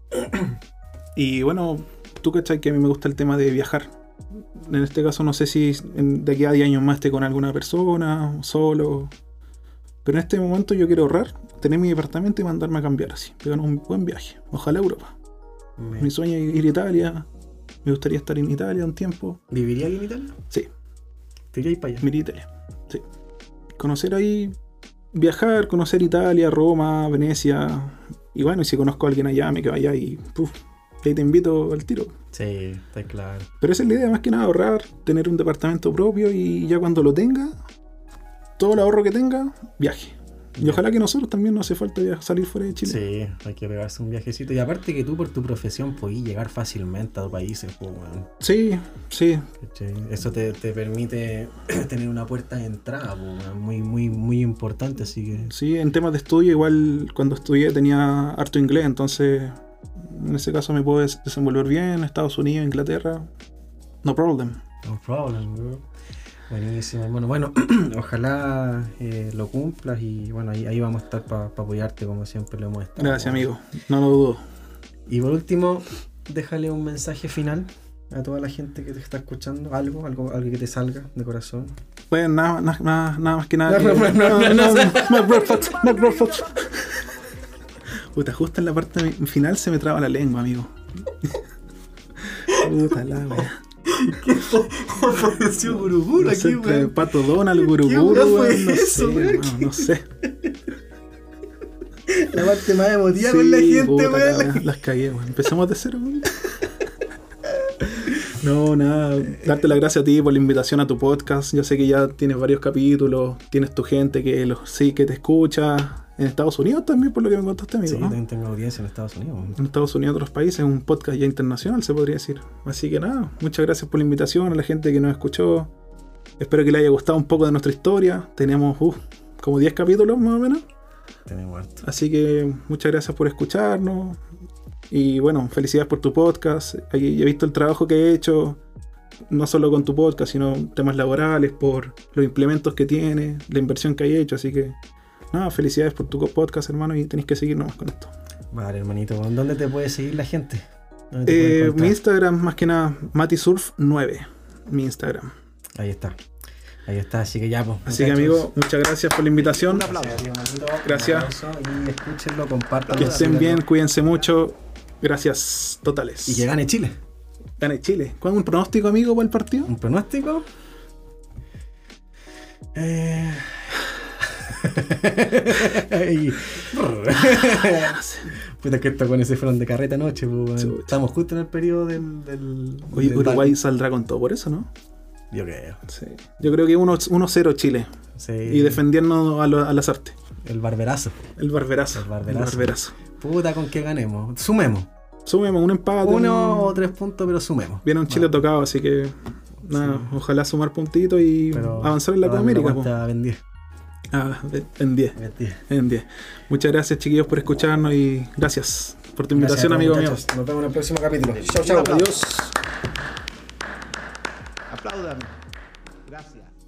Speaker 2: Y bueno, tú cachai que a mí me gusta el tema de viajar. En este caso no sé si de aquí a 10 años más esté con alguna persona, solo. Pero en este momento yo quiero ahorrar, tener mi departamento y mandarme a cambiar así. Pegar un buen viaje. Ojalá a Europa. Mi sueño es ir a Italia. Me gustaría estar en Italia un tiempo.
Speaker 1: ¿Vivirías en Italia?
Speaker 2: Sí.
Speaker 1: ¿Te irías para allá?
Speaker 2: Me iría a Italia. Sí. Conocer ahí, viajar, conocer Italia, Roma, Venecia. Y bueno, y si conozco a alguien allá, me quedo allá y ahí te invito al tiro.
Speaker 1: Sí, está claro.
Speaker 2: Pero esa es la idea, más que nada, ahorrar, tener un departamento propio y ya cuando lo tenga, todo el ahorro que tenga, viaje. Y ojalá que nosotros también no hace falta salir fuera de Chile.
Speaker 1: Sí, hay que pegarse un viajecito. Y aparte que tú por tu profesión podís llegar fácilmente a países, pues, bueno.
Speaker 2: Sí, sí.
Speaker 1: Eso te permite tener una puerta de entrada, pues, bueno, muy importante, así que...
Speaker 2: Sí, en temas de estudio, igual cuando estudié tenía harto inglés, entonces en ese caso me puedo desenvolver bien, Estados Unidos, Inglaterra, no problem.
Speaker 1: No problem, bro. Buenísimo, hermano. Bueno, ojalá lo cumplas y bueno, ahí vamos a estar para apoyarte como siempre lo hemos estado.
Speaker 2: Gracias, amigo, no lo dudo.
Speaker 1: Y por último, déjale un mensaje final a toda la gente que te está escuchando, algo que te salga de corazón.
Speaker 2: Bueno, nada más que nada. Puta, justo en la parte final se me traba la lengua, amigo. Puta la wea.
Speaker 1: ¿Qué pareció Guruguru
Speaker 2: No sé,
Speaker 1: aquí,
Speaker 2: entre
Speaker 1: weón?
Speaker 2: Pato Donald, Guruguru,
Speaker 1: ¿Qué fue
Speaker 2: weón, no
Speaker 1: eso,
Speaker 2: sé,
Speaker 1: weón?
Speaker 2: no sé.
Speaker 1: La parte más emotiva
Speaker 2: Sí,
Speaker 1: con la gente,
Speaker 2: puta,
Speaker 1: weón.
Speaker 2: las cagué, weón. Empecemos de cero, weón. No, nada, darte las gracias a ti por la invitación a tu podcast. Yo sé que ya tienes varios capítulos, tienes tu gente que que te escucha. En Estados Unidos también, por lo que me contaste, amigo,
Speaker 1: Sí,
Speaker 2: ¿no?
Speaker 1: también tengo audiencia en Estados Unidos. weón.
Speaker 2: En Estados Unidos y otros países, un podcast ya internacional, se podría decir. Así que nada, muchas gracias por la invitación a la gente que nos escuchó. Espero que les haya gustado un poco de nuestra historia. Tenemos como 10 capítulos más o menos.
Speaker 1: Tenemos harto.
Speaker 2: Así que muchas gracias por escucharnos. Y bueno, felicidades por tu podcast. He visto el trabajo que he hecho, no solo con tu podcast, sino temas laborales, por los implementos que tiene, la inversión que hay hecho. Así que nada, felicidades por tu podcast, hermano, y tenéis que seguir nomás con esto.
Speaker 1: Vale, hermanito, ¿dónde te puede seguir la gente? ¿Dónde te puede
Speaker 2: Mi
Speaker 1: encontrar?
Speaker 2: Instagram, más que nada, MatiSurf9. Mi Instagram.
Speaker 1: Ahí está, así que ya, pues.
Speaker 2: Así que, amigo, muchas gracias por la invitación. Gracias.
Speaker 1: Y escúchenlo, compártanlo.
Speaker 2: Que estén bien, cuídense mucho. Gracias totales.
Speaker 1: Y que gane Chile.
Speaker 2: Gane Chile. ¿Cuál es un pronóstico, amigo, para el partido?
Speaker 1: ¿Un pronóstico? Ay. Puta, que estos con se fueron de carreta anoche, pues,
Speaker 2: Chucha.
Speaker 1: estamos justo en el periodo del
Speaker 2: Oye,
Speaker 1: del
Speaker 2: Uruguay saldrá con todo por eso, ¿no?
Speaker 1: Yo creo.
Speaker 2: Sí. Yo creo que 1-0 Chile.
Speaker 1: Sí.
Speaker 2: Y defendiendo a las artes.
Speaker 1: El barberazo.
Speaker 2: El barberazo.
Speaker 1: El barberazo. Puta, con que ganemos. Sumemos.
Speaker 2: Sumemos un empate.
Speaker 1: 1 o 3 puntos, pero sumemos.
Speaker 2: Viene un Chile tocado, así que nada,
Speaker 1: Sí.
Speaker 2: ojalá sumar puntitos y
Speaker 1: Pero
Speaker 2: avanzar en la Copa América. Po.
Speaker 1: En 10.
Speaker 2: En 10. En 10. Muchas gracias, chiquillos, por escucharnos y gracias por tu invitación, amigo mío.
Speaker 1: Nos vemos en el próximo capítulo. Chau, chau.
Speaker 2: Adiós.
Speaker 5: Aplaudan. Gracias.